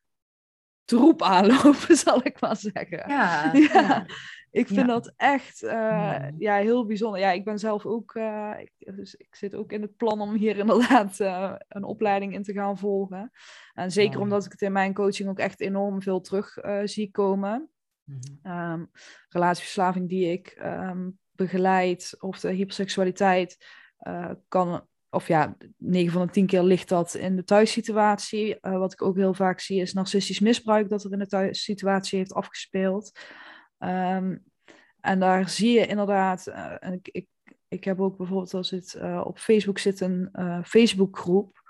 troep aanlopen, zal ik maar zeggen. Ja, ja. ja. Ik vind ja. dat echt uh, ja. ja, heel bijzonder. Ja, ik ben zelf ook, uh, ik, dus ik zit ook in het plan om hier inderdaad uh, een opleiding in te gaan volgen. En zeker oh. omdat ik het in mijn coaching ook echt enorm veel terug uh, zie komen. Mm-hmm. Um, relatieverslaving die ik um, begeleid, of de hyperseksualiteit, uh, kan... Of ja, negen van de tien keer ligt dat in de thuissituatie. Uh, wat ik ook heel vaak zie is narcistisch misbruik dat er in de thuissituatie heeft afgespeeld. Um, en daar zie je inderdaad... Uh, en ik, ik, ik heb ook bijvoorbeeld als het uh, op Facebook zit een uh, Facebookgroep.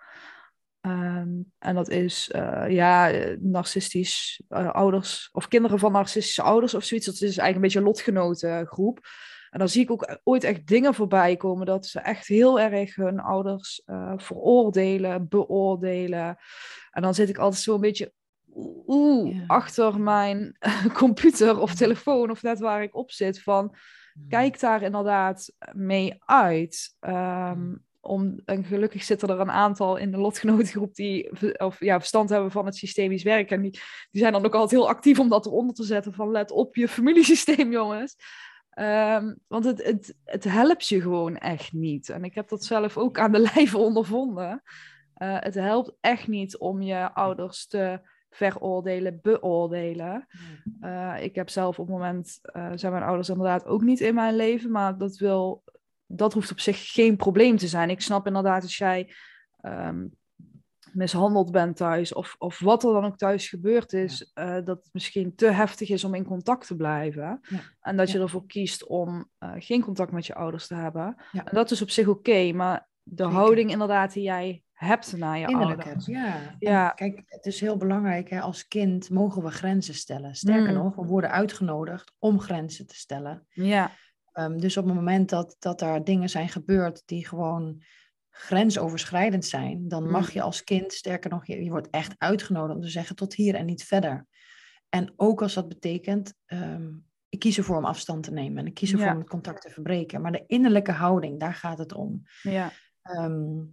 Um, en dat is uh, ja, narcistisch uh, ouders of kinderen van narcistische ouders of zoiets. Dat is eigenlijk een beetje een lotgenotengroep. En dan zie ik ook ooit echt dingen voorbij komen dat ze echt heel erg hun ouders uh, veroordelen, beoordelen. En dan zit ik altijd zo een beetje oeh, ja. achter mijn computer of telefoon of net waar ik op zit van, kijk daar inderdaad mee uit. Um, om, en gelukkig zitten er een aantal in de lotgenotengroep die of, ja, verstand hebben van het systemisch werk. En die, die zijn dan ook altijd heel actief om dat eronder te zetten van let op je familiesysteem, jongens. Um, want het, het, het helpt je gewoon echt niet. En ik heb dat zelf ook aan de lijve ondervonden. Uh, het helpt echt niet om je ouders te veroordelen, beoordelen. Uh, ik heb zelf op het moment, uh, zijn mijn ouders inderdaad ook niet in mijn leven, maar dat wil, dat hoeft op zich geen probleem te zijn. Ik snap inderdaad als jij um, mishandeld bent thuis, of, of wat er dan ook thuis gebeurd is, ja. uh, dat het misschien te heftig is om in contact te blijven. Ja. En dat ja. je ervoor kiest om uh, geen contact met je ouders te hebben. Ja. En dat is op zich oké, okay, maar de Zeker. houding inderdaad die jij hebt naar je Innerlijk ouders. Heb, ja. ja. En kijk, het is heel belangrijk, hè, als kind mogen we grenzen stellen. Sterker mm. nog, we worden uitgenodigd om grenzen te stellen. Ja. Um, dus op het moment dat, dat er dingen zijn gebeurd die gewoon grensoverschrijdend zijn, dan mm. mag je als kind, sterker nog, je, je wordt echt uitgenodigd om te zeggen tot hier en niet verder. En ook als dat betekent, um, ik kies ervoor om afstand te nemen en ik kies ervoor ja. om het contact te verbreken. Maar de innerlijke houding, daar gaat het om. Ja. Um,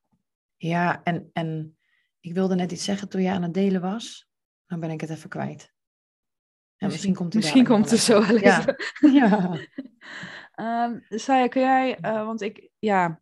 Ja, en, en ik wilde net iets zeggen toen je aan het delen was. Dan ben ik het even kwijt. Ja, misschien, misschien komt, misschien komt het zo wel even. Ja. ja. um, Saya, kun jij... Uh, want ik... Ja,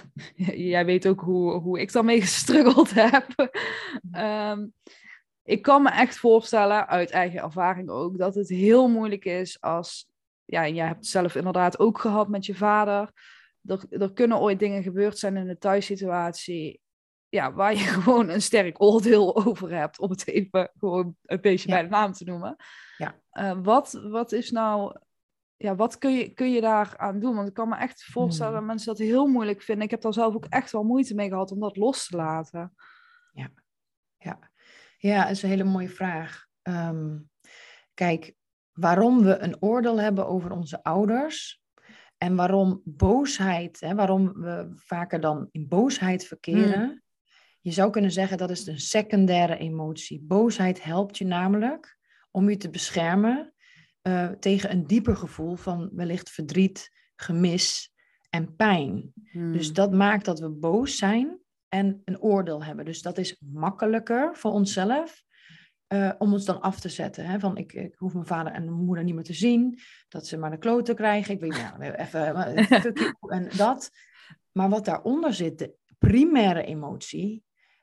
jij weet ook hoe, hoe ik daarmee gestruggeld heb. um, ik kan me echt voorstellen, uit eigen ervaring ook, dat het heel moeilijk is als... Ja, en jij hebt het zelf inderdaad ook gehad met je vader. Er, er kunnen ooit dingen gebeurd zijn in de thuissituatie... Ja, waar je gewoon een sterk oordeel over hebt, om het even gewoon een beetje ja. bij de naam te noemen. Ja. Uh, wat, wat is nou, ja, wat kun je, kun je daar aan doen? Want ik kan me echt voorstellen hmm. dat mensen dat heel moeilijk vinden. Ik heb daar zelf ook echt wel moeite mee gehad om dat los te laten. Ja, ja. ja dat is een hele mooie vraag. Um, kijk, waarom we een oordeel hebben over onze ouders en waarom boosheid, hè, waarom we vaker dan in boosheid verkeren. Hmm. Je zou kunnen zeggen dat is een secundaire emotie. Boosheid helpt je namelijk om je te beschermen uh, tegen een dieper gevoel van wellicht verdriet, gemis en pijn. Hmm. Dus dat maakt dat we boos zijn en een oordeel hebben. Dus dat is makkelijker voor onszelf uh, om ons dan af te zetten. Hè? Van ik, ik hoef mijn vader en mijn moeder niet meer te zien, dat ze maar de kloten krijgen. Ik weet ja, even fuck you en dat. Maar wat daaronder zit, de primaire emotie.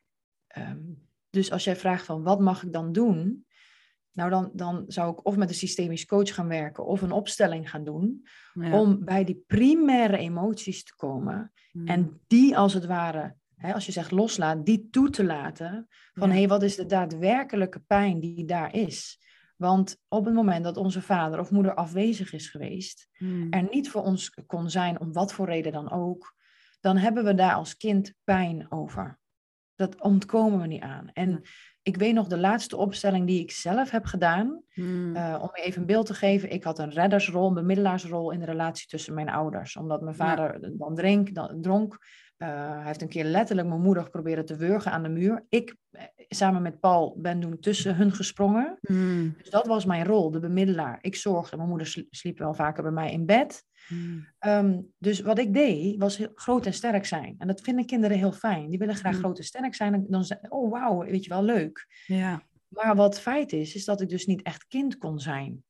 Um, dus als jij vraagt van wat mag ik dan doen? Nou dan, dan zou ik of met een systemisch coach gaan werken of een opstelling gaan doen. Ja. Om bij die primaire emoties te komen. Hmm. En die als het ware, hè, als je zegt loslaat, die toe te laten. Van ja. hé, hey, wat is de daadwerkelijke pijn die daar is? Want op het moment dat onze vader of moeder afwezig is geweest. Hmm. Er niet voor ons kon zijn, om wat voor reden dan ook. Dan hebben we daar als kind pijn over. Dat ontkomen we niet aan. En ja. ik weet nog de laatste opstelling die ik zelf heb gedaan. Hmm. Uh, om je even een beeld te geven. Ik had een reddersrol, een bemiddelaarsrol in de relatie tussen mijn ouders. Omdat mijn vader ja. dan, drink, dan dronk. Uh, hij heeft een keer letterlijk mijn moeder geprobeerd te wurgen aan de muur. Ik, samen met Paul, ben toen tussen hun gesprongen. Hmm. Dus dat was mijn rol, de bemiddelaar. Ik zorgde, mijn moeder sliep wel vaker bij mij in bed. Hmm. Um, dus wat ik deed, was heel groot en sterk zijn. En dat vinden kinderen heel fijn. Die willen graag hmm. groot en sterk zijn. En dan zeggen oh wauw, weet je wel, leuk. Ja. Maar wat feit is, is dat ik dus niet echt kind kon zijn.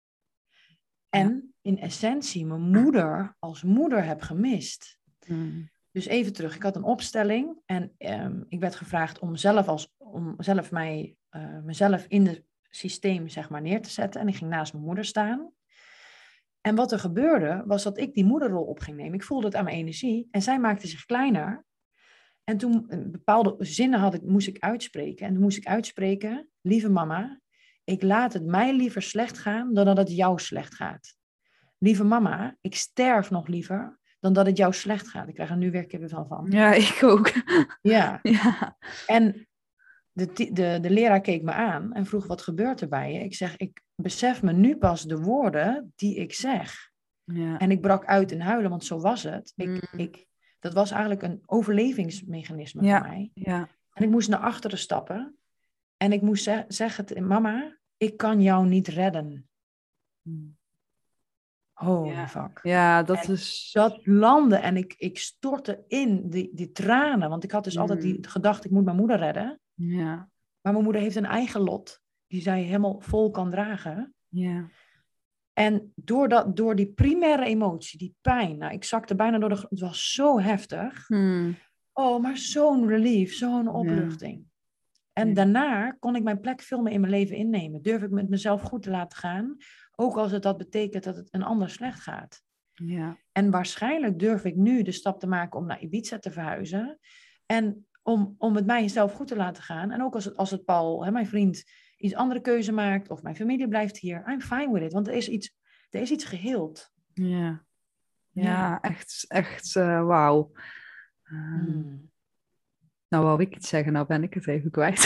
En ja. in essentie mijn moeder als moeder heb gemist. Hmm. Dus even terug, ik had een opstelling. En um, ik werd gevraagd om zelf, als, om zelf mij, uh, mezelf in het systeem zeg maar, neer te zetten. En ik ging naast mijn moeder staan. En wat er gebeurde, was dat ik die moederrol op ging nemen. Ik voelde het aan mijn energie. En zij maakte zich kleiner. En toen bepaalde zinnen had ik, moest ik uitspreken. En toen moest ik uitspreken, lieve mama, ik laat het mij liever slecht gaan dan dat het jou slecht gaat. Lieve mama, ik sterf nog liever dan dat het jou slecht gaat. Ik krijg er nu weer kippenvel van. Ja, ik ook. Ja. ja. En de, de, de leraar keek me aan en vroeg, wat gebeurt er bij je? Ik zeg, ik besef me nu pas de woorden die ik zeg. Ja. En ik brak uit in huilen, want zo was het. Ik, mm. ik, dat was eigenlijk een overlevingsmechanisme ja. voor mij. Ja. En ik moest naar achteren stappen. En ik moest ze- zeggen, mama, ik kan jou niet redden. Mm. Holy Ja, fuck. ja dat En is... dat landde en ik, ik stortte in die, die tranen. Want ik had dus altijd die Mm, gedachte, ik moet mijn moeder redden. ja, Maar mijn moeder heeft een eigen lot, die zij helemaal vol kan dragen. ja. En door, dat, door die primaire emotie, die pijn, nou, ik zakte bijna door de grond. Het was zo heftig. Mm, Oh, maar zo'n relief, zo'n ja, opluchting. En ja, daarna kon ik mijn plek veel meer in mijn leven innemen. Durf ik met mezelf goed te laten gaan, ook als het dat betekent dat het een ander slecht gaat. ja, En waarschijnlijk durf ik nu de stap te maken om naar Ibiza te verhuizen. En om, om het mijzelf goed te laten gaan. En ook als het, als het Paul, hè, mijn vriend, iets andere keuze maakt. Of mijn familie blijft hier. I'm fine with it. Want er is iets, er is iets geheeld. ja. Ja. Ja, echt, echt uh, wauw. Um, Hmm. nou wou ik iets zeggen, nou ben ik het even kwijt.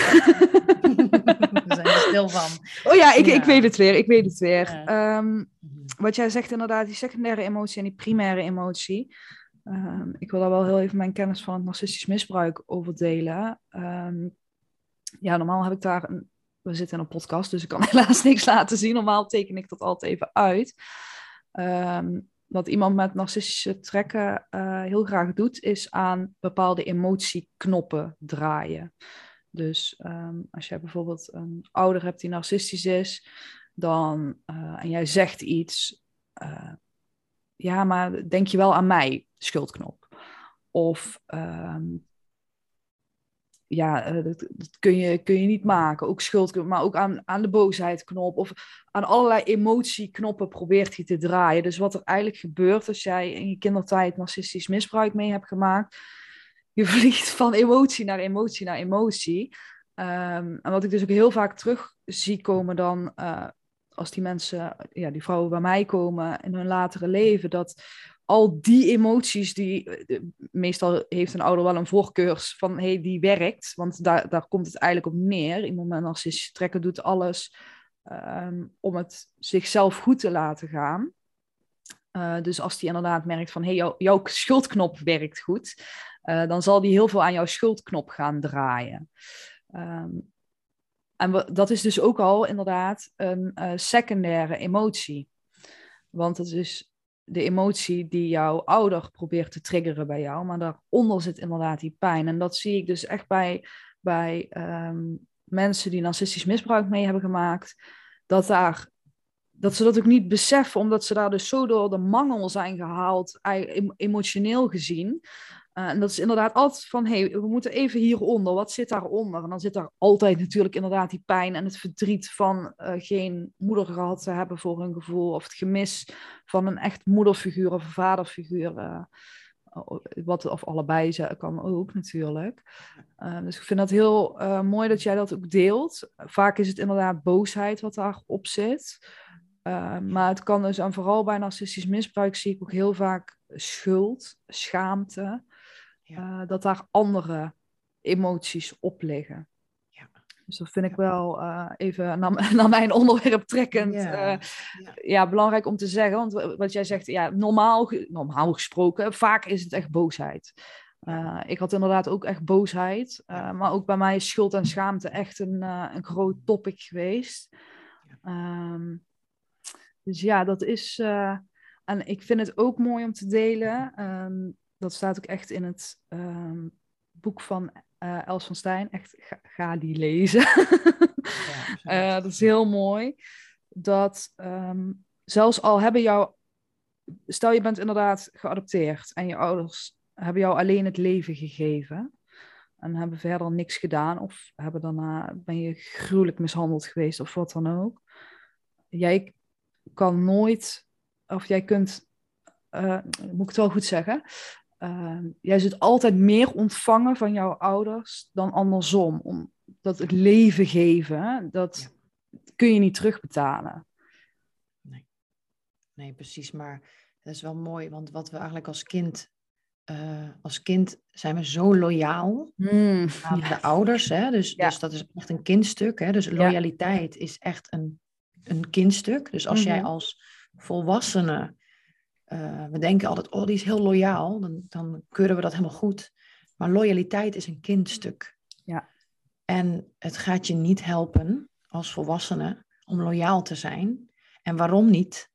We zijn er stil van. Oh ja, ik, Ja. ik weet het weer, ik weet het weer. Ja. Um, wat jij zegt inderdaad, die secundaire emotie en die primaire emotie. Um, ik wil daar wel heel even mijn kennis van het narcistisch misbruik over delen. Um, ja, normaal heb ik daar... Een, we zitten in een podcast, dus ik kan helaas niks laten zien. Normaal teken ik dat altijd even uit. Um, wat iemand met narcistische trekken uh, heel graag doet, is aan bepaalde emotieknoppen draaien. Dus um, als jij bijvoorbeeld een ouder hebt die narcistisch is, dan, uh, en jij zegt iets, uh, ja, maar denk je wel aan mij, schuldknop. Of um, ja, uh, dat, dat kun, je, kun je niet maken. Ook schuldknop, maar ook aan, aan de boosheidknop. Of aan allerlei emotieknoppen probeert hij te draaien. Dus wat er eigenlijk gebeurt als jij in je kindertijd narcistisch misbruik mee hebt gemaakt. Je vliegt van emotie naar emotie naar emotie. Um, en wat ik dus ook heel vaak terug zie komen dan... Uh, als die mensen, ja, die vrouwen bij mij komen in hun latere leven... dat al die emoties die... Meestal heeft een ouder wel een voorkeur van... hey, die werkt, want daar, daar komt het eigenlijk op neer. Iemand met narcistische trekken doet alles... Um, om het zichzelf goed te laten gaan. Uh, dus als die inderdaad merkt van... hey, jou, jouw schuldknop werkt goed... Uh, dan zal die heel veel aan jouw schuldknop gaan draaien. Um, en we, dat is dus ook al inderdaad een uh, secundaire emotie. Want het is de emotie die jouw ouder probeert te triggeren bij jou. Maar daaronder zit inderdaad die pijn. En dat zie ik dus echt bij, bij um, mensen die narcistisch misbruik mee hebben gemaakt. Dat, daar, dat ze dat ook niet beseffen. Omdat ze daar dus zo door de mangel zijn gehaald. Emotioneel gezien. Uh, en dat is inderdaad altijd van, hé, hey, we moeten even hieronder. Wat zit daaronder? En dan zit daar altijd natuurlijk inderdaad die pijn en het verdriet van uh, geen moeder gehad te hebben voor hun gevoel. Of het gemis van een echt moederfiguur of een vaderfiguur. Uh, wat, of allebei kan ook natuurlijk. Uh, dus ik vind dat heel uh, mooi dat jij dat ook deelt. Vaak is het inderdaad boosheid wat daarop zit. Uh, maar het kan dus, en vooral bij narcistisch misbruik zie ik ook heel vaak schuld, schaamte. Ja. Uh, dat daar andere emoties op liggen. Ja. Dus dat vind ik wel uh, even naar, naar mijn onderwerp trekkend. Ja. Uh, ja. ja, belangrijk om te zeggen. Want wat jij zegt, ja, normaal, normaal gesproken, vaak is het echt boosheid. Uh, ik had inderdaad ook echt boosheid. Uh, maar ook bij mij is schuld en schaamte echt een, uh, een groot topic geweest. Um, dus ja, dat is... Uh, en ik vind het ook mooi om te delen... Um, dat staat ook echt in het um, boek van uh, Els van Stijn. Echt, ga, ga die lezen. Ja, uh, dat is heel mooi. Dat um, zelfs al hebben jou... Stel je bent inderdaad geadopteerd. En je ouders hebben jou alleen het leven gegeven. En hebben verder niks gedaan. Of hebben daarna, ben je gruwelijk mishandeld geweest. Of wat dan ook. Jij kan nooit... Of jij kunt... Uh, moet ik het wel goed zeggen... Uh, jij zult altijd meer ontvangen van jouw ouders dan andersom. Omdat het leven geven, dat ja. kun je niet terugbetalen. Nee. nee, precies. Maar dat is wel mooi, want wat we eigenlijk als kind... Uh, als kind zijn we zo loyaal mm, aan ja. de ouders. Hè? Dus, ja. dus dat is echt een kindstuk. Hè? Dus loyaliteit ja. is echt een, een kindstuk. Dus als mm-hmm. jij als volwassene... Uh, we denken altijd, oh, die is heel loyaal. Dan, dan keuren we dat helemaal goed. Maar loyaliteit is een kindstuk. Ja. En het gaat je niet helpen als volwassene om loyaal te zijn. En waarom niet?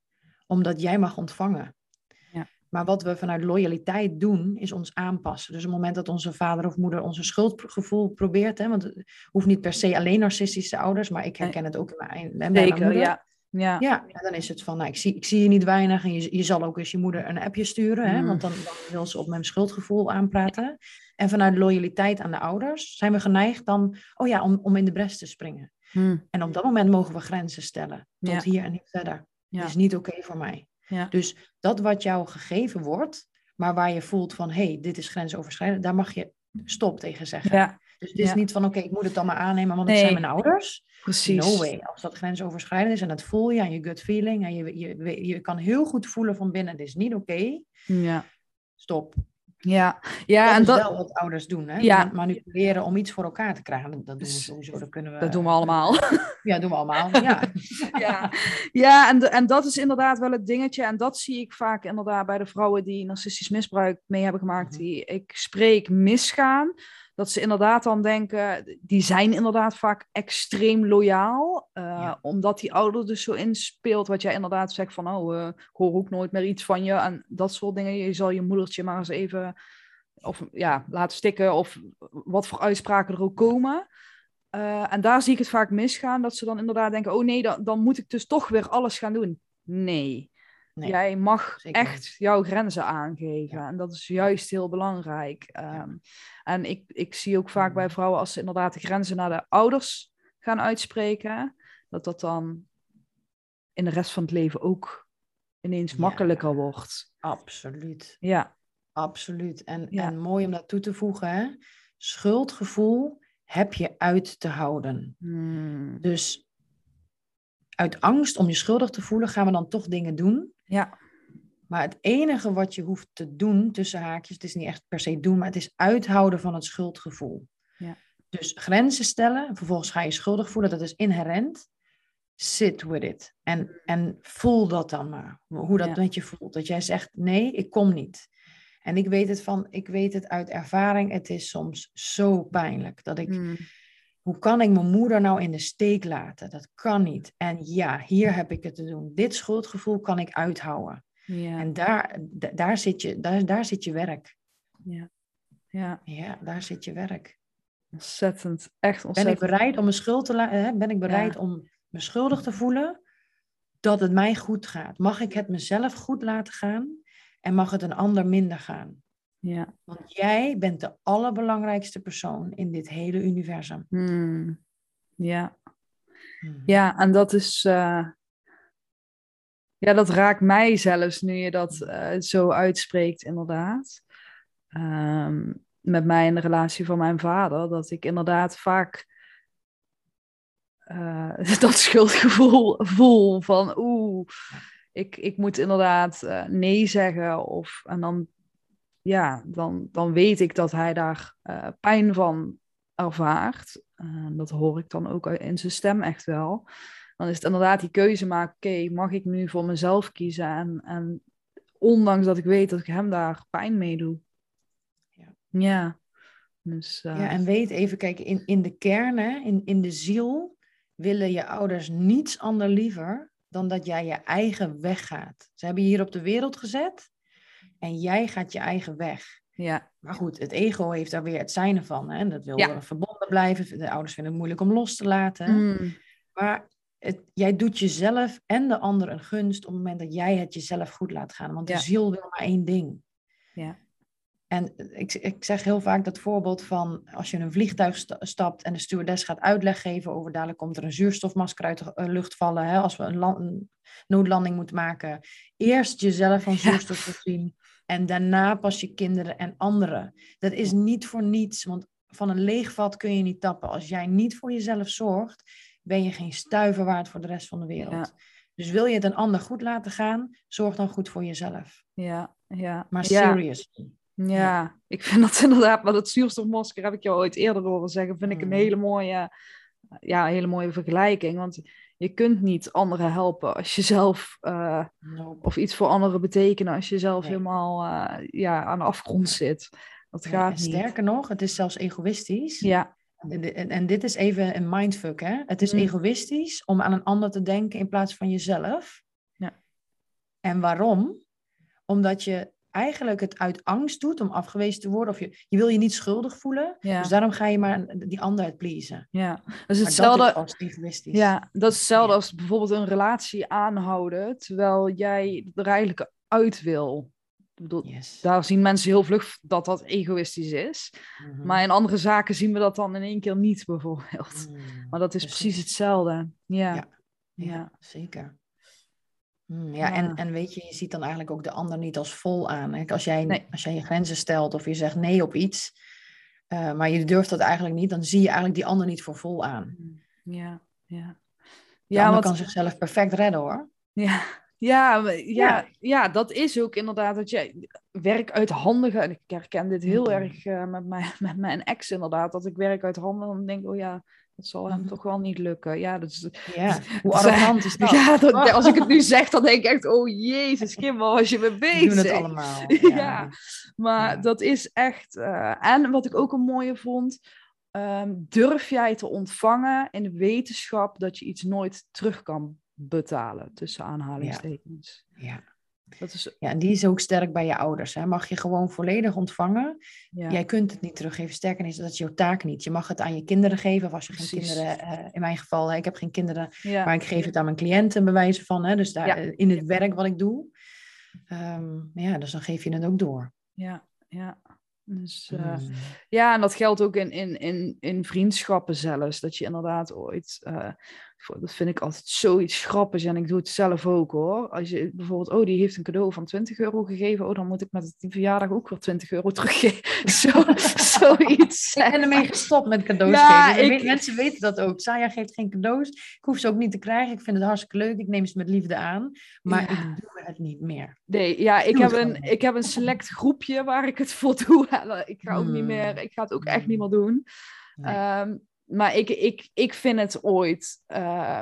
omdat jij mag ontvangen. Ja. Maar wat we vanuit loyaliteit doen, is ons aanpassen. Dus op het moment dat onze vader of moeder onze schuldgevoel probeert, hè, want het hoeft niet per se alleen narcistische ouders, maar ik herken het ook in mijn, bij mijn Zeker, moeder. ja. Ja. Ja, en dan is het van, nou, ik, zie, ik zie je niet weinig en je, je zal ook eens je moeder een appje sturen, hè, Mm. want dan, dan wil ze op mijn schuldgevoel aanpraten. En vanuit loyaliteit aan de ouders zijn we geneigd dan, oh ja, om, om in de bres te springen. Mm. En op dat moment mogen we grenzen stellen, tot Ja. hier en niet verder. Ja. Het is niet oké voor mij. Ja. Dus dat wat jou gegeven wordt, maar waar je voelt van, hé, hey, dit is grensoverschrijdend, daar mag je stop tegen zeggen. Ja. Dus het is Ja. niet van, oké, okay, ik moet het dan maar aannemen, want Nee. het zijn mijn ouders. Precies. No way. Als dat grensoverschrijdend is en dat voel je aan je gut feeling en je, je, je kan heel goed voelen van binnen, dit is niet oké, okay, ja. stop. Ja, ja dat en is dat... wel wat ouders doen, hè? Ja. Manipuleren om iets voor elkaar te krijgen. Dat doen we sowieso, dat kunnen we... Dat doen we allemaal. Ja, doen we allemaal, ja. ja, ja en, de, en dat is inderdaad wel het dingetje. En dat zie ik vaak inderdaad bij de vrouwen die narcistisch misbruik mee hebben gemaakt, mm-hmm. die ik spreek misgaan. Dat ze inderdaad dan denken, die zijn inderdaad vaak extreem loyaal. Uh, ja. Omdat die ouder dus zo inspeelt, wat jij inderdaad zegt van, oh, uh, ik hoor ook nooit meer iets van je. En dat soort dingen. Je zal je moedertje maar eens even of, ja, laten stikken of wat voor uitspraken er ook komen. Uh, en daar zie ik het vaak misgaan, dat ze dan inderdaad denken, oh nee, dan, dan moet ik dus toch weer alles gaan doen. Nee. Nee, jij mag echt niet. Jouw grenzen aangeven. Ja. En dat is juist heel belangrijk. Um, ja. En ik, ik zie ook vaak bij vrouwen, als ze inderdaad de grenzen naar de ouders gaan uitspreken, dat dat dan in de rest van het leven ook ineens ja. makkelijker wordt. Absoluut. Ja. Absoluut. En, ja. en mooi om dat toe te voegen, hè? Schuldgevoel heb je uit te houden. Hmm. Dus uit angst om je schuldig te voelen, gaan we dan toch dingen doen. Ja. Maar het enige wat je hoeft te doen, tussen haakjes, het is niet echt per se doen, maar het is uithouden van het schuldgevoel. Ja. Dus grenzen stellen, vervolgens ga je schuldig voelen, dat is inherent. Sit with it. En, en voel dat dan maar, hoe dat ja. met je voelt. Dat jij zegt, nee, ik kom niet. En ik weet het van, ik weet het uit ervaring, het is soms zo pijnlijk, dat ik... Mm. Hoe kan ik mijn moeder nou in de steek laten? Dat kan niet. En ja, hier heb ik het te doen. Dit schuldgevoel kan ik uithouden. Ja. En daar, d- daar, zit je, daar, daar zit je werk. Ja. Ja. Ja, daar zit je werk. Ontzettend. Echt ontzettend. Ben ik bereid om mijn schuld te laten? Ben ik bereid ja. om me schuldig te voelen dat het mij goed gaat? Mag ik het mezelf goed laten gaan? En mag het een ander minder gaan? Ja. Want jij bent de allerbelangrijkste persoon in dit hele universum. Hmm. Ja. Hmm. Ja, en dat is... Uh... Ja, dat raakt mij zelfs, nu je dat uh, zo uitspreekt, inderdaad. Um, met mijn relatie van mijn vader, dat ik inderdaad vaak uh, dat schuldgevoel voel van oeh, ik, ik moet inderdaad uh, nee zeggen. Of, en dan, ja, dan, dan weet ik dat hij daar uh, pijn van ervaart. Uh, dat hoor ik dan ook in zijn stem echt wel. Dan is het inderdaad die keuze maken, oké, okay, mag ik nu voor mezelf kiezen? En, en ondanks dat ik weet dat ik hem daar pijn mee doe. Ja. Ja. Dus, uh... ja, en weet even, kijk, in, in de kern, hè, in, in de ziel, willen je ouders niets ander liever dan dat jij je eigen weg gaat. Ze hebben je hier op de wereld gezet en jij gaat je eigen weg. Ja. Maar goed, het ego heeft daar weer het zijne van. Hè? Dat wil ja. verbonden blijven. De ouders vinden het moeilijk om los te laten. Mm. Maar het, jij doet jezelf en de ander een gunst op het moment dat jij het jezelf goed laat gaan. Want de ja. ziel wil maar één ding. Ja. En ik, ik zeg heel vaak dat voorbeeld van als je in een vliegtuig st- stapt en de stewardess gaat uitleg geven over dadelijk komt er een zuurstofmasker uit de uh, lucht vallen. Hè, als we een, land, een noodlanding moeten maken. Eerst jezelf van zuurstof voorzien en daarna pas je kinderen en anderen. Dat is niet voor niets, want van een leeg vat kun je niet tappen. Als jij niet voor jezelf zorgt, ben je geen stuiver waard voor de rest van de wereld. Ja. Dus wil je het een ander goed laten gaan, zorg dan goed voor jezelf. Ja, ja. Maar ja. serious. Ja, ja, ik vind dat inderdaad, maar dat zuurstofmasker heb ik jou ooit eerder horen zeggen, vind ik een hele mooie, ja, hele mooie vergelijking. Want je kunt niet anderen helpen als je zelf, uh, nope. of iets voor anderen betekenen als je zelf nee. helemaal uh, ja, aan de afgrond zit. Dat nee, gaat en niet. Sterker nog, het is zelfs egoïstisch. Ja. En, en, en dit is even een mindfuck, hè? Het is mm. egoïstisch om aan een ander te denken in plaats van jezelf. Ja. En waarom? Omdat je eigenlijk het uit angst doet om afgewezen te worden. Of je, je wil je niet schuldig voelen. Ja. Dus daarom ga je maar die ander het pleasen. Ja, dat is Maar hetzelfde. dat is vast egoïstisch. Ja, dat is hetzelfde Ja. als bijvoorbeeld een relatie aanhouden, terwijl jij er eigenlijk uit wil. Ik bedoel, Yes. daar zien mensen heel vlug dat dat egoïstisch is. Mhm. Maar in andere zaken zien we dat dan in één keer niet, bijvoorbeeld. Mm, Maar dat is precies. precies hetzelfde. Ja, Ja, ja, ja. zeker. Mm, ja, Ja. En, en weet je, je ziet dan eigenlijk ook de ander niet als vol aan. Hè? Als jij, Nee. als jij je grenzen stelt of je zegt nee op iets, uh, maar je durft dat eigenlijk niet, dan zie je eigenlijk die ander niet voor vol aan. Ja, ja. De Ja, ander want... kan zichzelf perfect redden, hoor. Ja, ja, ja, Ja. ja, dat is ook inderdaad dat je werk uit handen gaat. En ik herken dit heel Mm. erg uh, met, mijn, met mijn ex inderdaad. Dat ik werk uit handen en dan denk ik, oh ja, dat zal hem Mm-hmm. toch wel niet lukken. Ja, dat is, ja. Hoe arrogant is dat? Ja, dat, als ik het nu zeg, dan denk ik echt, oh jezus, Kim, waar was je mee bezig? We doen het allemaal. Ja, ja. maar ja. dat is echt... Uh, en wat ik ook een mooie vond... Um, durf jij te ontvangen in de wetenschap dat je iets nooit terug kan betalen, tussen aanhalingstekens. Ja. ja. Dat is... ja, en die is ook sterk bij je ouders. Hè? Mag je gewoon volledig ontvangen. Ja. Jij kunt het niet teruggeven. Sterker is, dat is jouw taak niet. Je mag het aan je kinderen geven. Of als je Precies. geen kinderen... Uh, in mijn geval, hè, ik heb geen kinderen. Ja. Maar ik geef het aan mijn cliënten bij wijze van. Hè? Dus daar, Ja. uh, in het werk wat ik doe. Um, ja, dus dan geef je het ook door. Ja, ja. Dus, uh, mm. Ja, en dat geldt ook in, in, in, in vriendschappen zelfs. Dat je inderdaad ooit... Uh, dat vind ik altijd zoiets grappigs. En ik doe het zelf ook, hoor. Als je bijvoorbeeld... Oh, die heeft een cadeau van twintig euro gegeven. Oh, dan moet ik met die verjaardag ook weer twintig euro teruggeven. Zo, zoiets. Ik ben ermee gestopt met cadeaus ja, geven. Ik... Mensen weten dat ook. Saya geeft geen cadeaus. Ik hoef ze ook niet te krijgen. Ik vind het hartstikke leuk. Ik neem ze met liefde aan. Maar ja. ik doe het niet meer. Nee, ja, ik heb, een, ik heb een select groepje waar ik het voor doe. Ik ga ook hmm. niet meer... Ik ga het ook echt niet meer doen. Nee. Um, maar ik, ik, ik vind het ooit uh,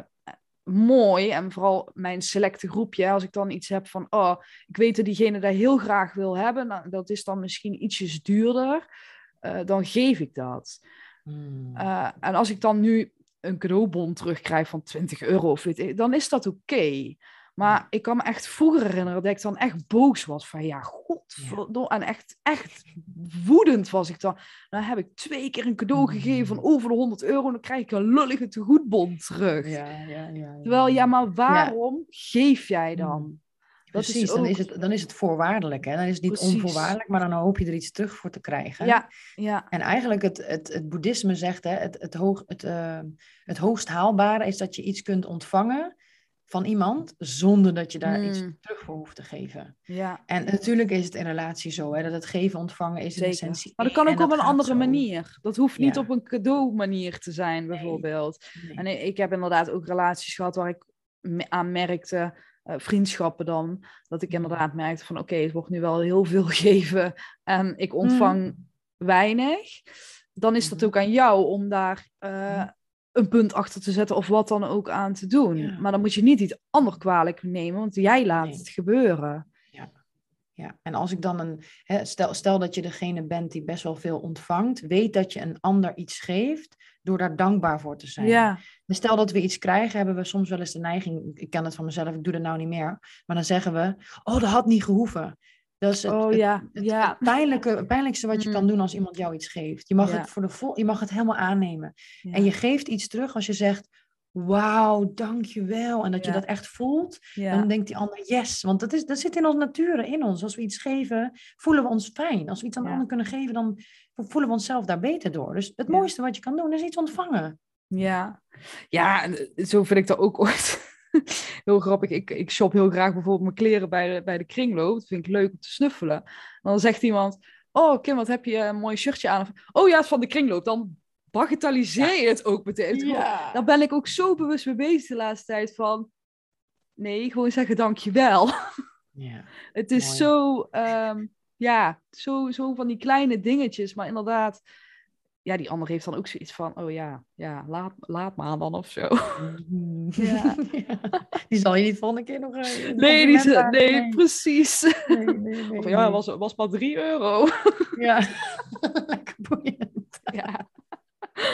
mooi. En vooral mijn selecte groepje. Als ik dan iets heb van... Oh, ik weet dat diegene dat heel graag wil hebben. Nou, dat is dan misschien ietsjes duurder. Uh, dan geef ik dat. Hmm. Uh, en als ik dan nu een cadeaubon terugkrijg van twintig euro... Of weet ik, dan is dat oké. Okay. Maar ik kan me echt vroeger herinneren dat ik dan echt boos was. Van ja, godverdomme. En echt, echt woedend was ik dan. Dan heb ik twee keer een cadeau gegeven van over de honderd euro. En dan krijg ik een lullige tegoedbon terug. Ja, ja, ja, ja. Terwijl, ja, maar waarom ja. geef jij dan? Dat Precies, is ook... dan, is het, dan is het voorwaardelijk. Hè? Dan is het niet Precies. onvoorwaardelijk, maar dan hoop je er iets terug voor te krijgen. Ja, ja. En eigenlijk het, het, het boeddhisme zegt, hè, het, het, hoog, het, uh, het hoogst haalbare is dat je iets kunt ontvangen van iemand, zonder dat je daar mm. iets terug voor hoeft te geven. Ja. En natuurlijk is het in relatie zo, hè, dat het geven ontvangen is in essentie. Maar dat kan ook op een andere zo. manier. Dat hoeft niet ja. op een cadeau manier te zijn, bijvoorbeeld. Nee. Nee. En ik, ik heb inderdaad ook relaties gehad waar ik aan merkte, uh, vriendschappen dan, dat ik inderdaad merkte van, oké, okay, het wordt nu wel heel veel gegeven en ik ontvang mm. weinig. Dan is dat ook aan jou om daar... Uh, mm. een punt achter te zetten of wat dan ook aan te doen. Ja. Maar dan moet je niet iets ander kwalijk nemen, want jij laat nee. het gebeuren. Ja. Ja, en als ik dan een... Hè, stel, stel dat je degene bent die best wel veel ontvangt, weet dat je een ander iets geeft door daar dankbaar voor te zijn. Ja. Dus stel dat we iets krijgen, hebben we soms wel eens de neiging, ik ken het van mezelf, ik doe dat nou niet meer, maar dan zeggen we, oh, dat had niet gehoeven. Dat is het, oh, het, ja. het, ja. het, pijnlijke, het pijnlijkste wat je mm. kan doen als iemand jou iets geeft. Je mag, ja. het, voor de vol, je mag het helemaal aannemen. Ja. En je geeft iets terug als je zegt, wauw, dankjewel. En dat ja. je dat echt voelt. Ja. Dan denkt die ander, yes. Want dat, is, dat zit in ons nature, in ons. Als we iets geven, voelen we ons fijn. Als we iets aan de ja. ander kunnen geven, dan voelen we onszelf daar beter door. Dus het ja. mooiste wat je kan doen, is iets ontvangen. Ja, ja, zo vind ik dat ook ooit. Heel grappig. Ik, ik shop heel graag bijvoorbeeld mijn kleren bij de, bij de kringloop. Dat vind ik leuk om te snuffelen. En dan zegt iemand, oh Kim, wat heb je een mooi shirtje aan? Oh ja, het is van de kringloop. Dan bagatelliseer je ja. het ook meteen. Ja. Daar ben ik ook zo bewust mee bezig de laatste tijd van... Nee, gewoon zeggen dankjewel. Ja. Het is mooi. zo... Um, ja, zo, zo van die kleine dingetjes. Maar inderdaad... Ja, die ander heeft dan ook zoiets van... Oh ja, ja laat, laat maar dan of zo. Mm-hmm. Ja. Ja. Die zal je niet volgende keer nog... Uh, nee, die, nee, nee, precies. Nee, nee, nee, of ja, het was, was maar drie euro. Ja, lekker boeiend. Ja.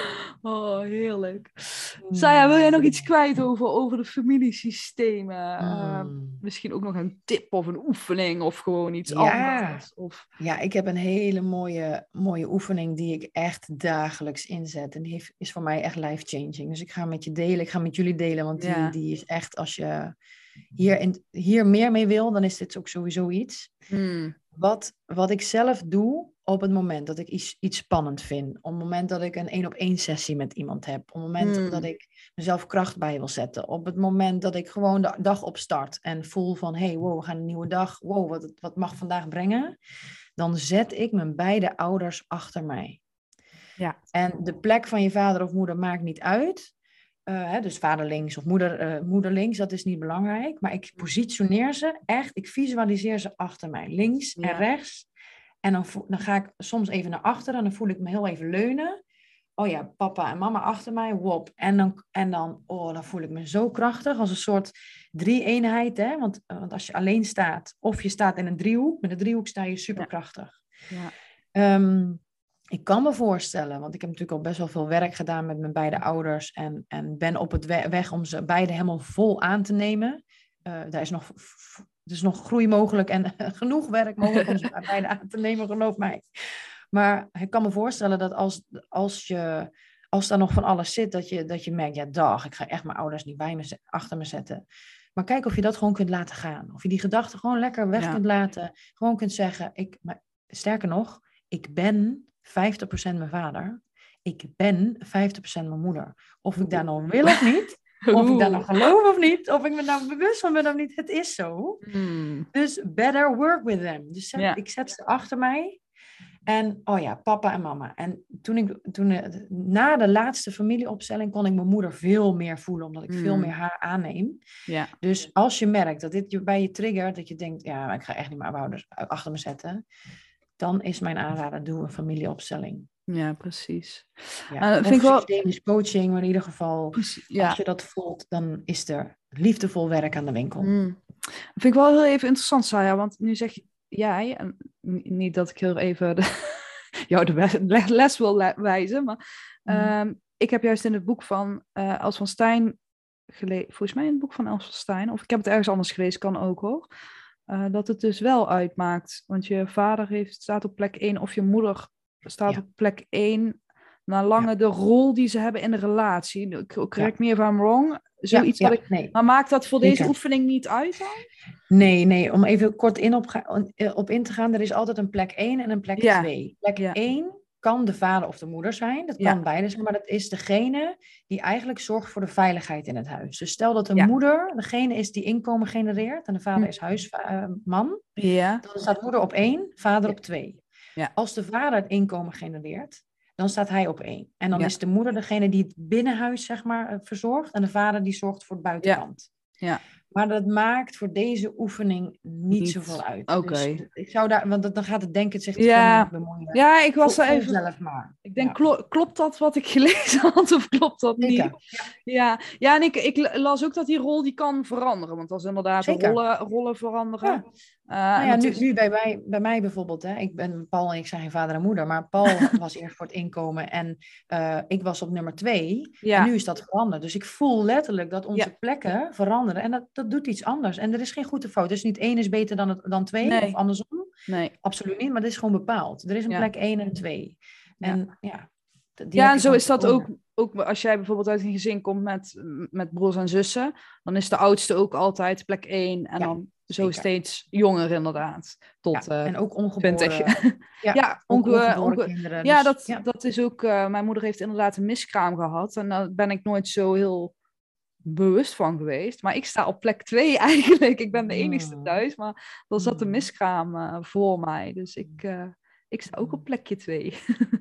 Oh, heerlijk. Saya, wil jij nog Mm. iets kwijt over, over de familiesystemen? Uh, Mm. misschien ook nog een tip of een oefening of gewoon iets Ja. anders? Of... Ja, ik heb een hele mooie, mooie oefening die ik echt dagelijks inzet. En die heeft, is voor mij echt life-changing. Dus ik ga hem met je delen, ik ga hem met jullie delen. Want Ja. die, die is echt, als je hier, in, hier meer mee wil, dan is dit ook sowieso iets. Mm. Wat, wat ik zelf doe op het moment dat ik iets, iets spannend vind. Op het moment dat ik een één op één sessie met iemand heb. Op het moment Mm. dat ik mezelf kracht bij wil zetten. Op het moment dat ik gewoon de dag opstart en voel van... hey, wow, we gaan een nieuwe dag. Wow, wat, wat mag vandaag brengen? Dan zet ik mijn beide ouders achter mij. Ja. En de plek van je vader of moeder maakt niet uit. Uh, hè, dus vader links of moeder, uh, moeder links, dat is niet belangrijk. Maar ik positioneer ze echt, ik visualiseer ze achter mij. Links Ja. en rechts. En dan, vo- dan ga ik soms even naar achteren en dan voel ik me heel even leunen. Oh ja, papa en mama achter mij, wop. En dan, en dan, oh, dan voel ik me zo krachtig, als een soort drie-eenheid. Hè? Want, want als je alleen staat, of je staat in een driehoek, met een driehoek sta je superkrachtig. Ja. Um, ik kan me voorstellen, want ik heb natuurlijk al best wel veel werk gedaan met mijn beide ouders en, en ben op het we- weg om ze beide helemaal vol aan te nemen. Uh, daar is nog, f- er is nog groei mogelijk en uh, genoeg werk mogelijk om ze beide aan te nemen, geloof mij. Maar ik kan me voorstellen dat als, als, je, als daar nog van alles zit, dat je, dat je merkt, ja dag, ik ga echt mijn ouders niet bij me, achter me zetten. Maar kijk of je dat gewoon kunt laten gaan. Of je die gedachten gewoon lekker weg Ja. kunt laten. Gewoon kunt zeggen, ik, maar, sterker nog, ik ben vijftig procent mijn vader. Ik ben vijftig procent mijn moeder. Of ik daar nou wil of niet. Of ik daar nou geloof of niet. Of ik me nou bewust van ben of niet. Het is zo. Mm. Dus better work with them. Dus zet, Ja. ik zet ze achter mij. En, oh ja, papa en mama. En toen ik, toen, na de laatste familieopstelling kon ik mijn moeder veel meer voelen. Omdat ik mm. veel meer haar aanneem. Ja. Dus als je merkt dat dit je bij je triggert. Dat je denkt, ja, ik ga echt niet mijn ouders achter me zetten. Dan is mijn aanrader, doe een familieopstelling. Ja, precies. Ja. Uh, of vind systemisch wel... coaching, maar in ieder geval, precies, ja. Als je dat voelt, dan is er liefdevol werk aan de winkel. Mm. Dat vind ik wel heel even interessant, Saya, want nu zeg jij, en niet dat ik heel even de, jou de les wil wijzen, maar mm. um, ik heb juist in het boek van uh, Els van Stijn gelezen, volgens mij in het boek van Els van Stijn, of ik heb het ergens anders gelezen, kan ook hoor. Uh, dat het dus wel uitmaakt. Want je vader heeft, staat op plek één of je moeder staat ja. op plek één. Na lange ja. de rol die ze hebben in de relatie. Correct ja. me if I'm wrong. Zoiets ja, ja, wat ik... Nee. Maar maakt dat voor Zeker. Deze oefening niet uit dan? Nee, nee. Om even kort in op, op in te gaan. Er is altijd een plek één en een plek ja. twee. Plek ja. één kan de vader of de moeder zijn. Dat kan ja. beide zijn. Maar dat is degene die eigenlijk zorgt voor de veiligheid in het huis. Dus stel dat de ja. moeder degene is die inkomen genereert. En de vader hm. is huisman. Ja. Dan staat moeder op één, vader ja. op twee. Ja. Als de vader het inkomen genereert, dan staat hij op één. En dan ja. is de moeder degene die het binnenhuis, zeg maar, verzorgt. En de vader die zorgt voor het buitenkant. Ja. Ja. Maar dat maakt voor deze oefening niet, niet. zoveel uit. Oké. Okay. Dus ik zou daar, want dan gaat het denken zich te ja. veel bemoeien. Ja, ik was er even. Zelf maar. Ik denk, ja. klo- klopt dat wat ik gelezen had of klopt dat niet? Ja. Ja, ja en ik, ik las ook dat die rol die kan veranderen. Want dat is inderdaad rollen, rollen veranderen. Ja. Uh, nou ja, nu, is... nu bij, mij, bij mij bijvoorbeeld, hè, ik ben Paul en ik zijn geen vader en moeder, maar Paul was eerst voor het inkomen en uh, ik was op nummer twee. Ja. En nu is dat veranderd. Dus ik voel letterlijk dat onze ja. plekken veranderen en dat, dat doet iets anders. En er is geen goede fout. Dus niet één is beter dan, het, dan twee nee. of andersom. Nee. Absoluut niet, maar dit is gewoon bepaald. Er is een ja. plek één en twee. En ja, ja, ja en zo is dat ook, ook als jij bijvoorbeeld uit een gezin komt met, met broers en zussen, dan is de oudste ook altijd plek één en ja. dan zo Zeker. Steeds jonger inderdaad. Tot, ja, uh, en ook ongeboren. ja, ja, onge- ongeboren onge- kinderen. Ja, dus, dat, ja, dat is ook... Uh, mijn moeder heeft inderdaad een miskraam gehad. En daar ben ik nooit zo heel bewust van geweest. Maar ik sta op plek twee eigenlijk. Ik ben de enigste thuis. Maar er zat een miskraam uh, voor mij. Dus ik, uh, ik sta ook op plekje twee.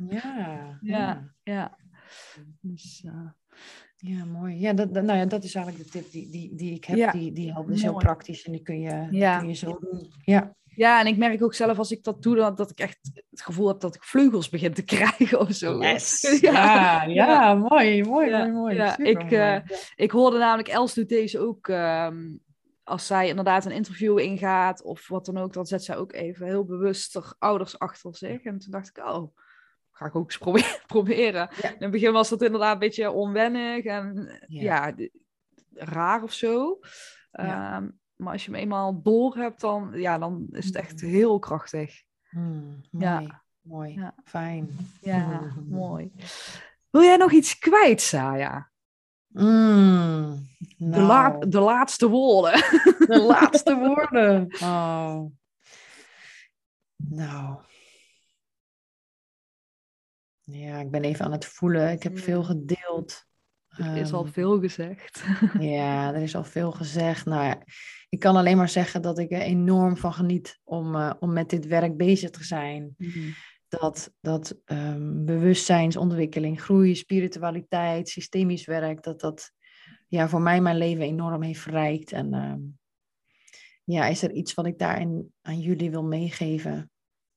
ja, ja, ja. ja. Dus... Uh, Ja, mooi. Ja, dat, dat, nou ja, dat is eigenlijk de tip die, die, die ik heb. Ja, die, die helpt. Dus heel praktisch en die kun je, ja. kun je zo doen. Ja. Ja, en ik merk ook zelf als ik dat doe, dat, dat ik echt het gevoel heb dat ik vleugels begin te krijgen of zo. Yes. Ja, ja, ja, ja. mooi, mooi, ja. mooi, mooi. Ja, ik, uh, ja. ik hoorde namelijk, Els doet deze ook, um, als zij inderdaad een interview ingaat of wat dan ook, dan zet zij ook even heel bewust haar ouders achter zich. En toen dacht ik, oh... ga ik ook eens probe- proberen. Ja. In het begin was dat inderdaad een beetje onwennig en Ja. ja, d- raar of zo. Ja. Um, maar als je hem eenmaal door hebt, dan, ja, dan is het echt heel krachtig. Mm, mooi, Ja. mooi, Ja. fijn. Ja, mooi. Wil jij nog iets kwijt, Saya? Mm, De, la- nou, de laatste woorden. de laatste woorden. Oh. Nou. Ja, ik ben even aan het voelen. Ik heb veel gedeeld. Er is al Ehm, veel gezegd. ja, er is al veel gezegd. Nou ja, ik kan alleen maar zeggen dat ik er enorm van geniet om, eh, om met dit werk bezig te zijn. Mhm. Dat, dat ehm, bewustzijnsontwikkeling, groei, spiritualiteit, systemisch werk, dat dat ja, voor mij mijn leven enorm heeft verrijkt. En ehm, ja, is er iets wat ik daarin aan jullie wil meegeven?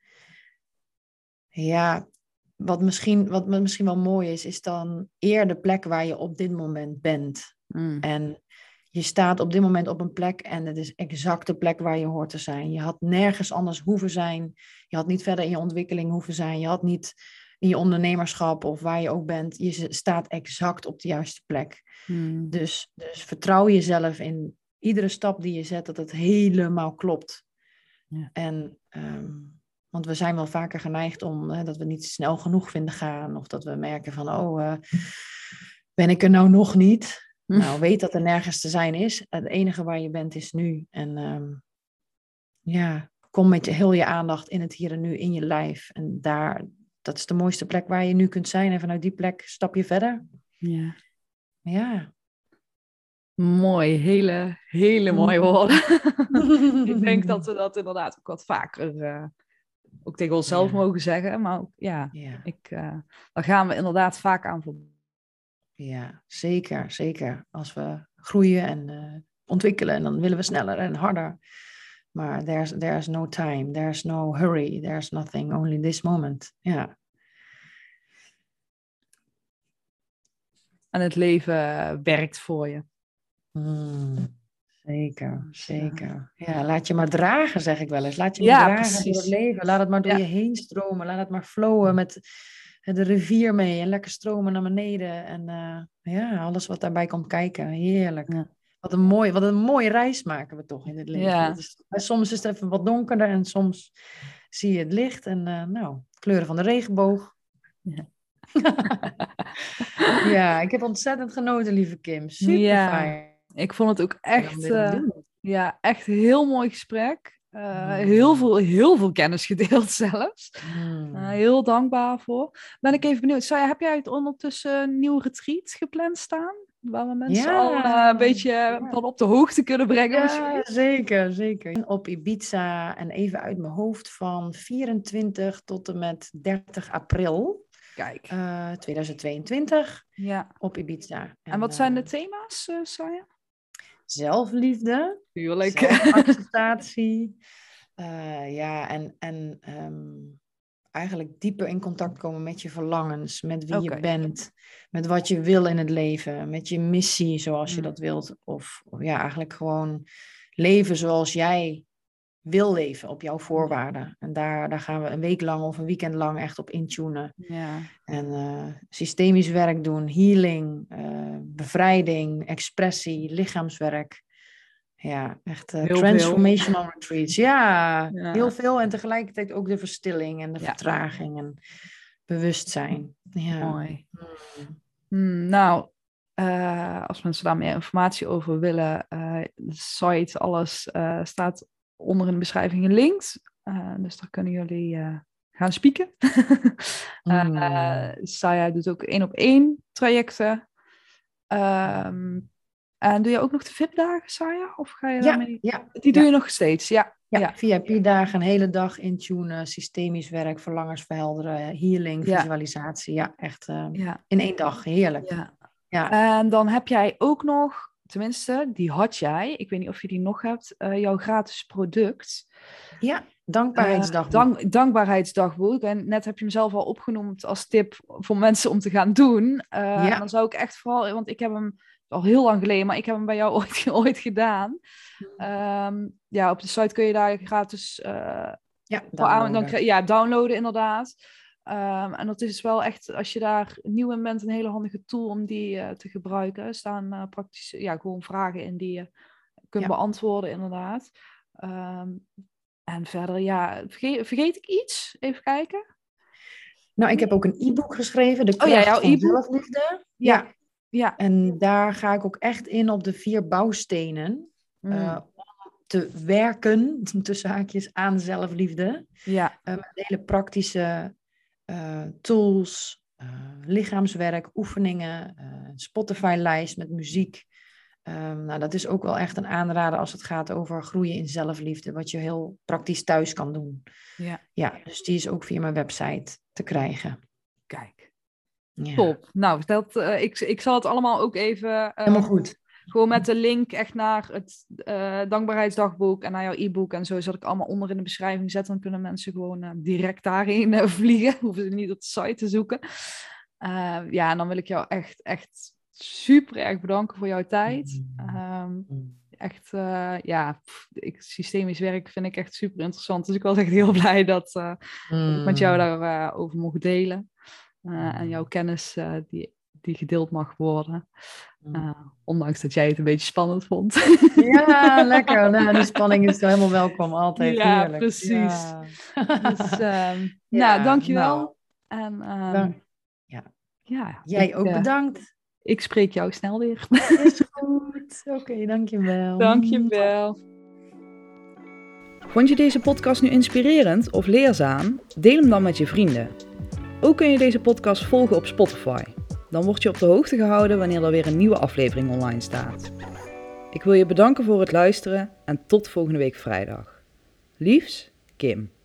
Ja, wat misschien, wat misschien wel mooi is, is dan eer de plek waar je op dit moment bent. Mm. En je staat op dit moment op een plek en het is exact de plek waar je hoort te zijn. Je had nergens anders hoeven zijn. Je had niet verder in je ontwikkeling hoeven zijn. Je had niet in je ondernemerschap of waar je ook bent. Je staat exact op de juiste plek. Mm. Dus, dus vertrouw jezelf in iedere stap die je zet, dat het helemaal klopt. Ja. En, um, want we zijn wel vaker geneigd om, hè, dat we niet snel genoeg vinden gaan. Of dat we merken van, oh, uh, ben ik er nou nog niet? Hm. Nou, weet dat er nergens te zijn is. Het enige waar je bent is nu. En um, ja, kom met je, heel je aandacht in het hier en nu, in je lijf. En daar, dat is de mooiste plek waar je nu kunt zijn. En vanuit die plek stap je verder. Ja. Ja. Mooi, hele, hele mooie woorden. Ik denk dat we dat inderdaad ook wat vaker uh, ook tegen onszelf ja. mogen zeggen. Maar ook, ja, ja. Ik, uh, daar gaan we inderdaad vaak aan voorbij. Ja, zeker, zeker. Als we groeien en uh, ontwikkelen, dan willen we sneller en harder. Maar there's, there's no time, there's no hurry, there's nothing, only this moment. Ja. En het leven werkt voor je. Mm, zeker, zeker. Ja, laat je maar dragen, zeg ik wel eens. Laat je maar ja, dragen precies. door het leven. Laat het maar door ja. je heen stromen. Laat het maar flowen met de rivier mee en lekker stromen naar beneden. En uh, ja, alles wat daarbij komt kijken. Heerlijk. Ja. Wat een, mooi, wat een mooie reis maken we toch in het leven. Ja. Dat is, soms is het even wat donkerder en soms zie je het licht. En uh, nou, kleuren van de regenboog. Ja. Ja, ik heb ontzettend genoten, lieve Kim. Super ja, fijn. Ik vond het ook echt, uh, ja, echt een heel mooi gesprek. Uh, mm. heel, veel, heel veel kennis gedeeld zelfs. Mm. Uh, heel dankbaar voor. Ben ik even benieuwd. Saya, heb jij het ondertussen een nieuw retreat gepland staan? Waar we mensen ja. al uh, een beetje ja. van op de hoogte kunnen brengen? Ja, misschien? zeker, zeker. Op Ibiza en even uit mijn hoofd van vierentwintig tot en met dertig april. Kijk. Uh, tweeduizend tweeëntwintig ja. op Ibiza. En, en wat zijn de thema's, uh, Saya? Zelfliefde. Tuurlijk. Zelfacceptatie. uh, ja, en, en um, eigenlijk dieper in contact komen met je verlangens. Met wie okay. je bent. Met wat je wil in het leven. Met je missie zoals mm. je dat wilt. Of, of ja, eigenlijk gewoon leven zoals jij wil leven op jouw voorwaarden. En daar, daar gaan we een week lang of een weekend lang echt op intunen. Ja. En uh, systemisch werk doen, healing, uh, bevrijding, expressie, lichaamswerk. Ja, echt uh, transformational veel. retreats. Ja, ja, heel veel. En tegelijkertijd ook de verstilling en de ja. vertraging en bewustzijn. Ja. Mooi. Hmm. Hmm, nou, uh, als mensen daar meer informatie over willen, uh, de site, alles uh, staat onder in de beschrijving gelinkt. Uh, dus daar kunnen jullie uh, gaan spieken. uh, mm. uh, Saya doet ook één op één trajecten. Um, en doe je ook nog de V I P-dagen, Saya? Of ga je ja, daarmee... Ja, Die doe ja. je nog steeds, ja. Ja, ja. V I P-dagen, een hele dag intunen, systemisch werk, verlangens verhelderen, healing, ja. visualisatie. Ja, echt uh, ja. in één dag. Heerlijk. Ja. Ja. En dan heb jij ook nog, tenminste, die had jij, ik weet niet of je die nog hebt, uh, jouw gratis product. Ja, dankbaarheidsdagboek. Uh, dank, dankbaarheidsdagboek. En net heb je hem zelf al opgenoemd als tip voor mensen om te gaan doen. Uh, ja. En dan zou ik echt vooral, want ik heb hem al heel lang geleden, maar ik heb hem bij jou ooit, ooit gedaan. Um, ja, op de site kun je daar gratis uh, ja, downloaden. Aan, dan, ja, downloaden inderdaad. Um, en dat is wel echt, als je daar nieuw in bent, een hele handige tool om die uh, te gebruiken. Er staan uh, praktisch, ja, gewoon vragen in die je kunt ja. beantwoorden, inderdaad. Um, en verder, ja, vergeet, vergeet ik iets? Even kijken. Nou, ik heb ook een e-book geschreven, De Kracht oh, ja, jouw van e-book? Zelfliefde. Ja. ja. ja. En daar ga ik ook echt in op de vier bouwstenen. Mm. Uh, te werken, tussen haakjes, aan zelfliefde. Ja. Uh, met hele praktische uh, tools, uh, lichaamswerk, oefeningen, uh, Spotify-lijst met muziek. Um, nou, dat is ook wel echt een aanrader als het gaat over groeien in zelfliefde, wat je heel praktisch thuis kan doen. Ja. Ja, dus die is ook via mijn website te krijgen. Kijk. Ja. Top. Nou, dat, uh, ik, ik zal het allemaal ook even... Uh, Helemaal goed. Gewoon met de link echt naar het uh, dankbaarheidsdagboek en naar jouw e-book en zo, zal ik allemaal onder in de beschrijving zetten. Dan kunnen mensen gewoon uh, direct daarheen uh, vliegen. Hoeven ze niet op de site te zoeken. Uh, ja, en dan wil ik jou echt, echt super erg bedanken voor jouw tijd. Um, echt, uh, ja, pff, ik, systemisch werk vind ik echt super interessant. Dus ik was echt heel blij dat, uh, mm. dat ik met jou daarover uh, over mocht delen. Uh, en jouw kennis uh, die, die gedeeld mag worden. Uh, ondanks dat jij het een beetje spannend vond. Ja, lekker. Nou, de spanning is helemaal welkom, altijd. Ja, heerlijk. Precies. Ja, precies. Dus, um, ja, nou, dankjewel. Nou, en, um, dank. Ja. Ja, jij ik, ook uh, bedankt. Ik spreek jou snel weer. Is goed. Oké, okay, dankjewel. Dankjewel. Vond je deze podcast nu inspirerend of leerzaam? Deel hem dan met je vrienden. Ook kun je deze podcast volgen op Spotify. Dan word je op de hoogte gehouden wanneer er weer een nieuwe aflevering online staat. Ik wil je bedanken voor het luisteren en tot volgende week vrijdag. Liefs, Kim.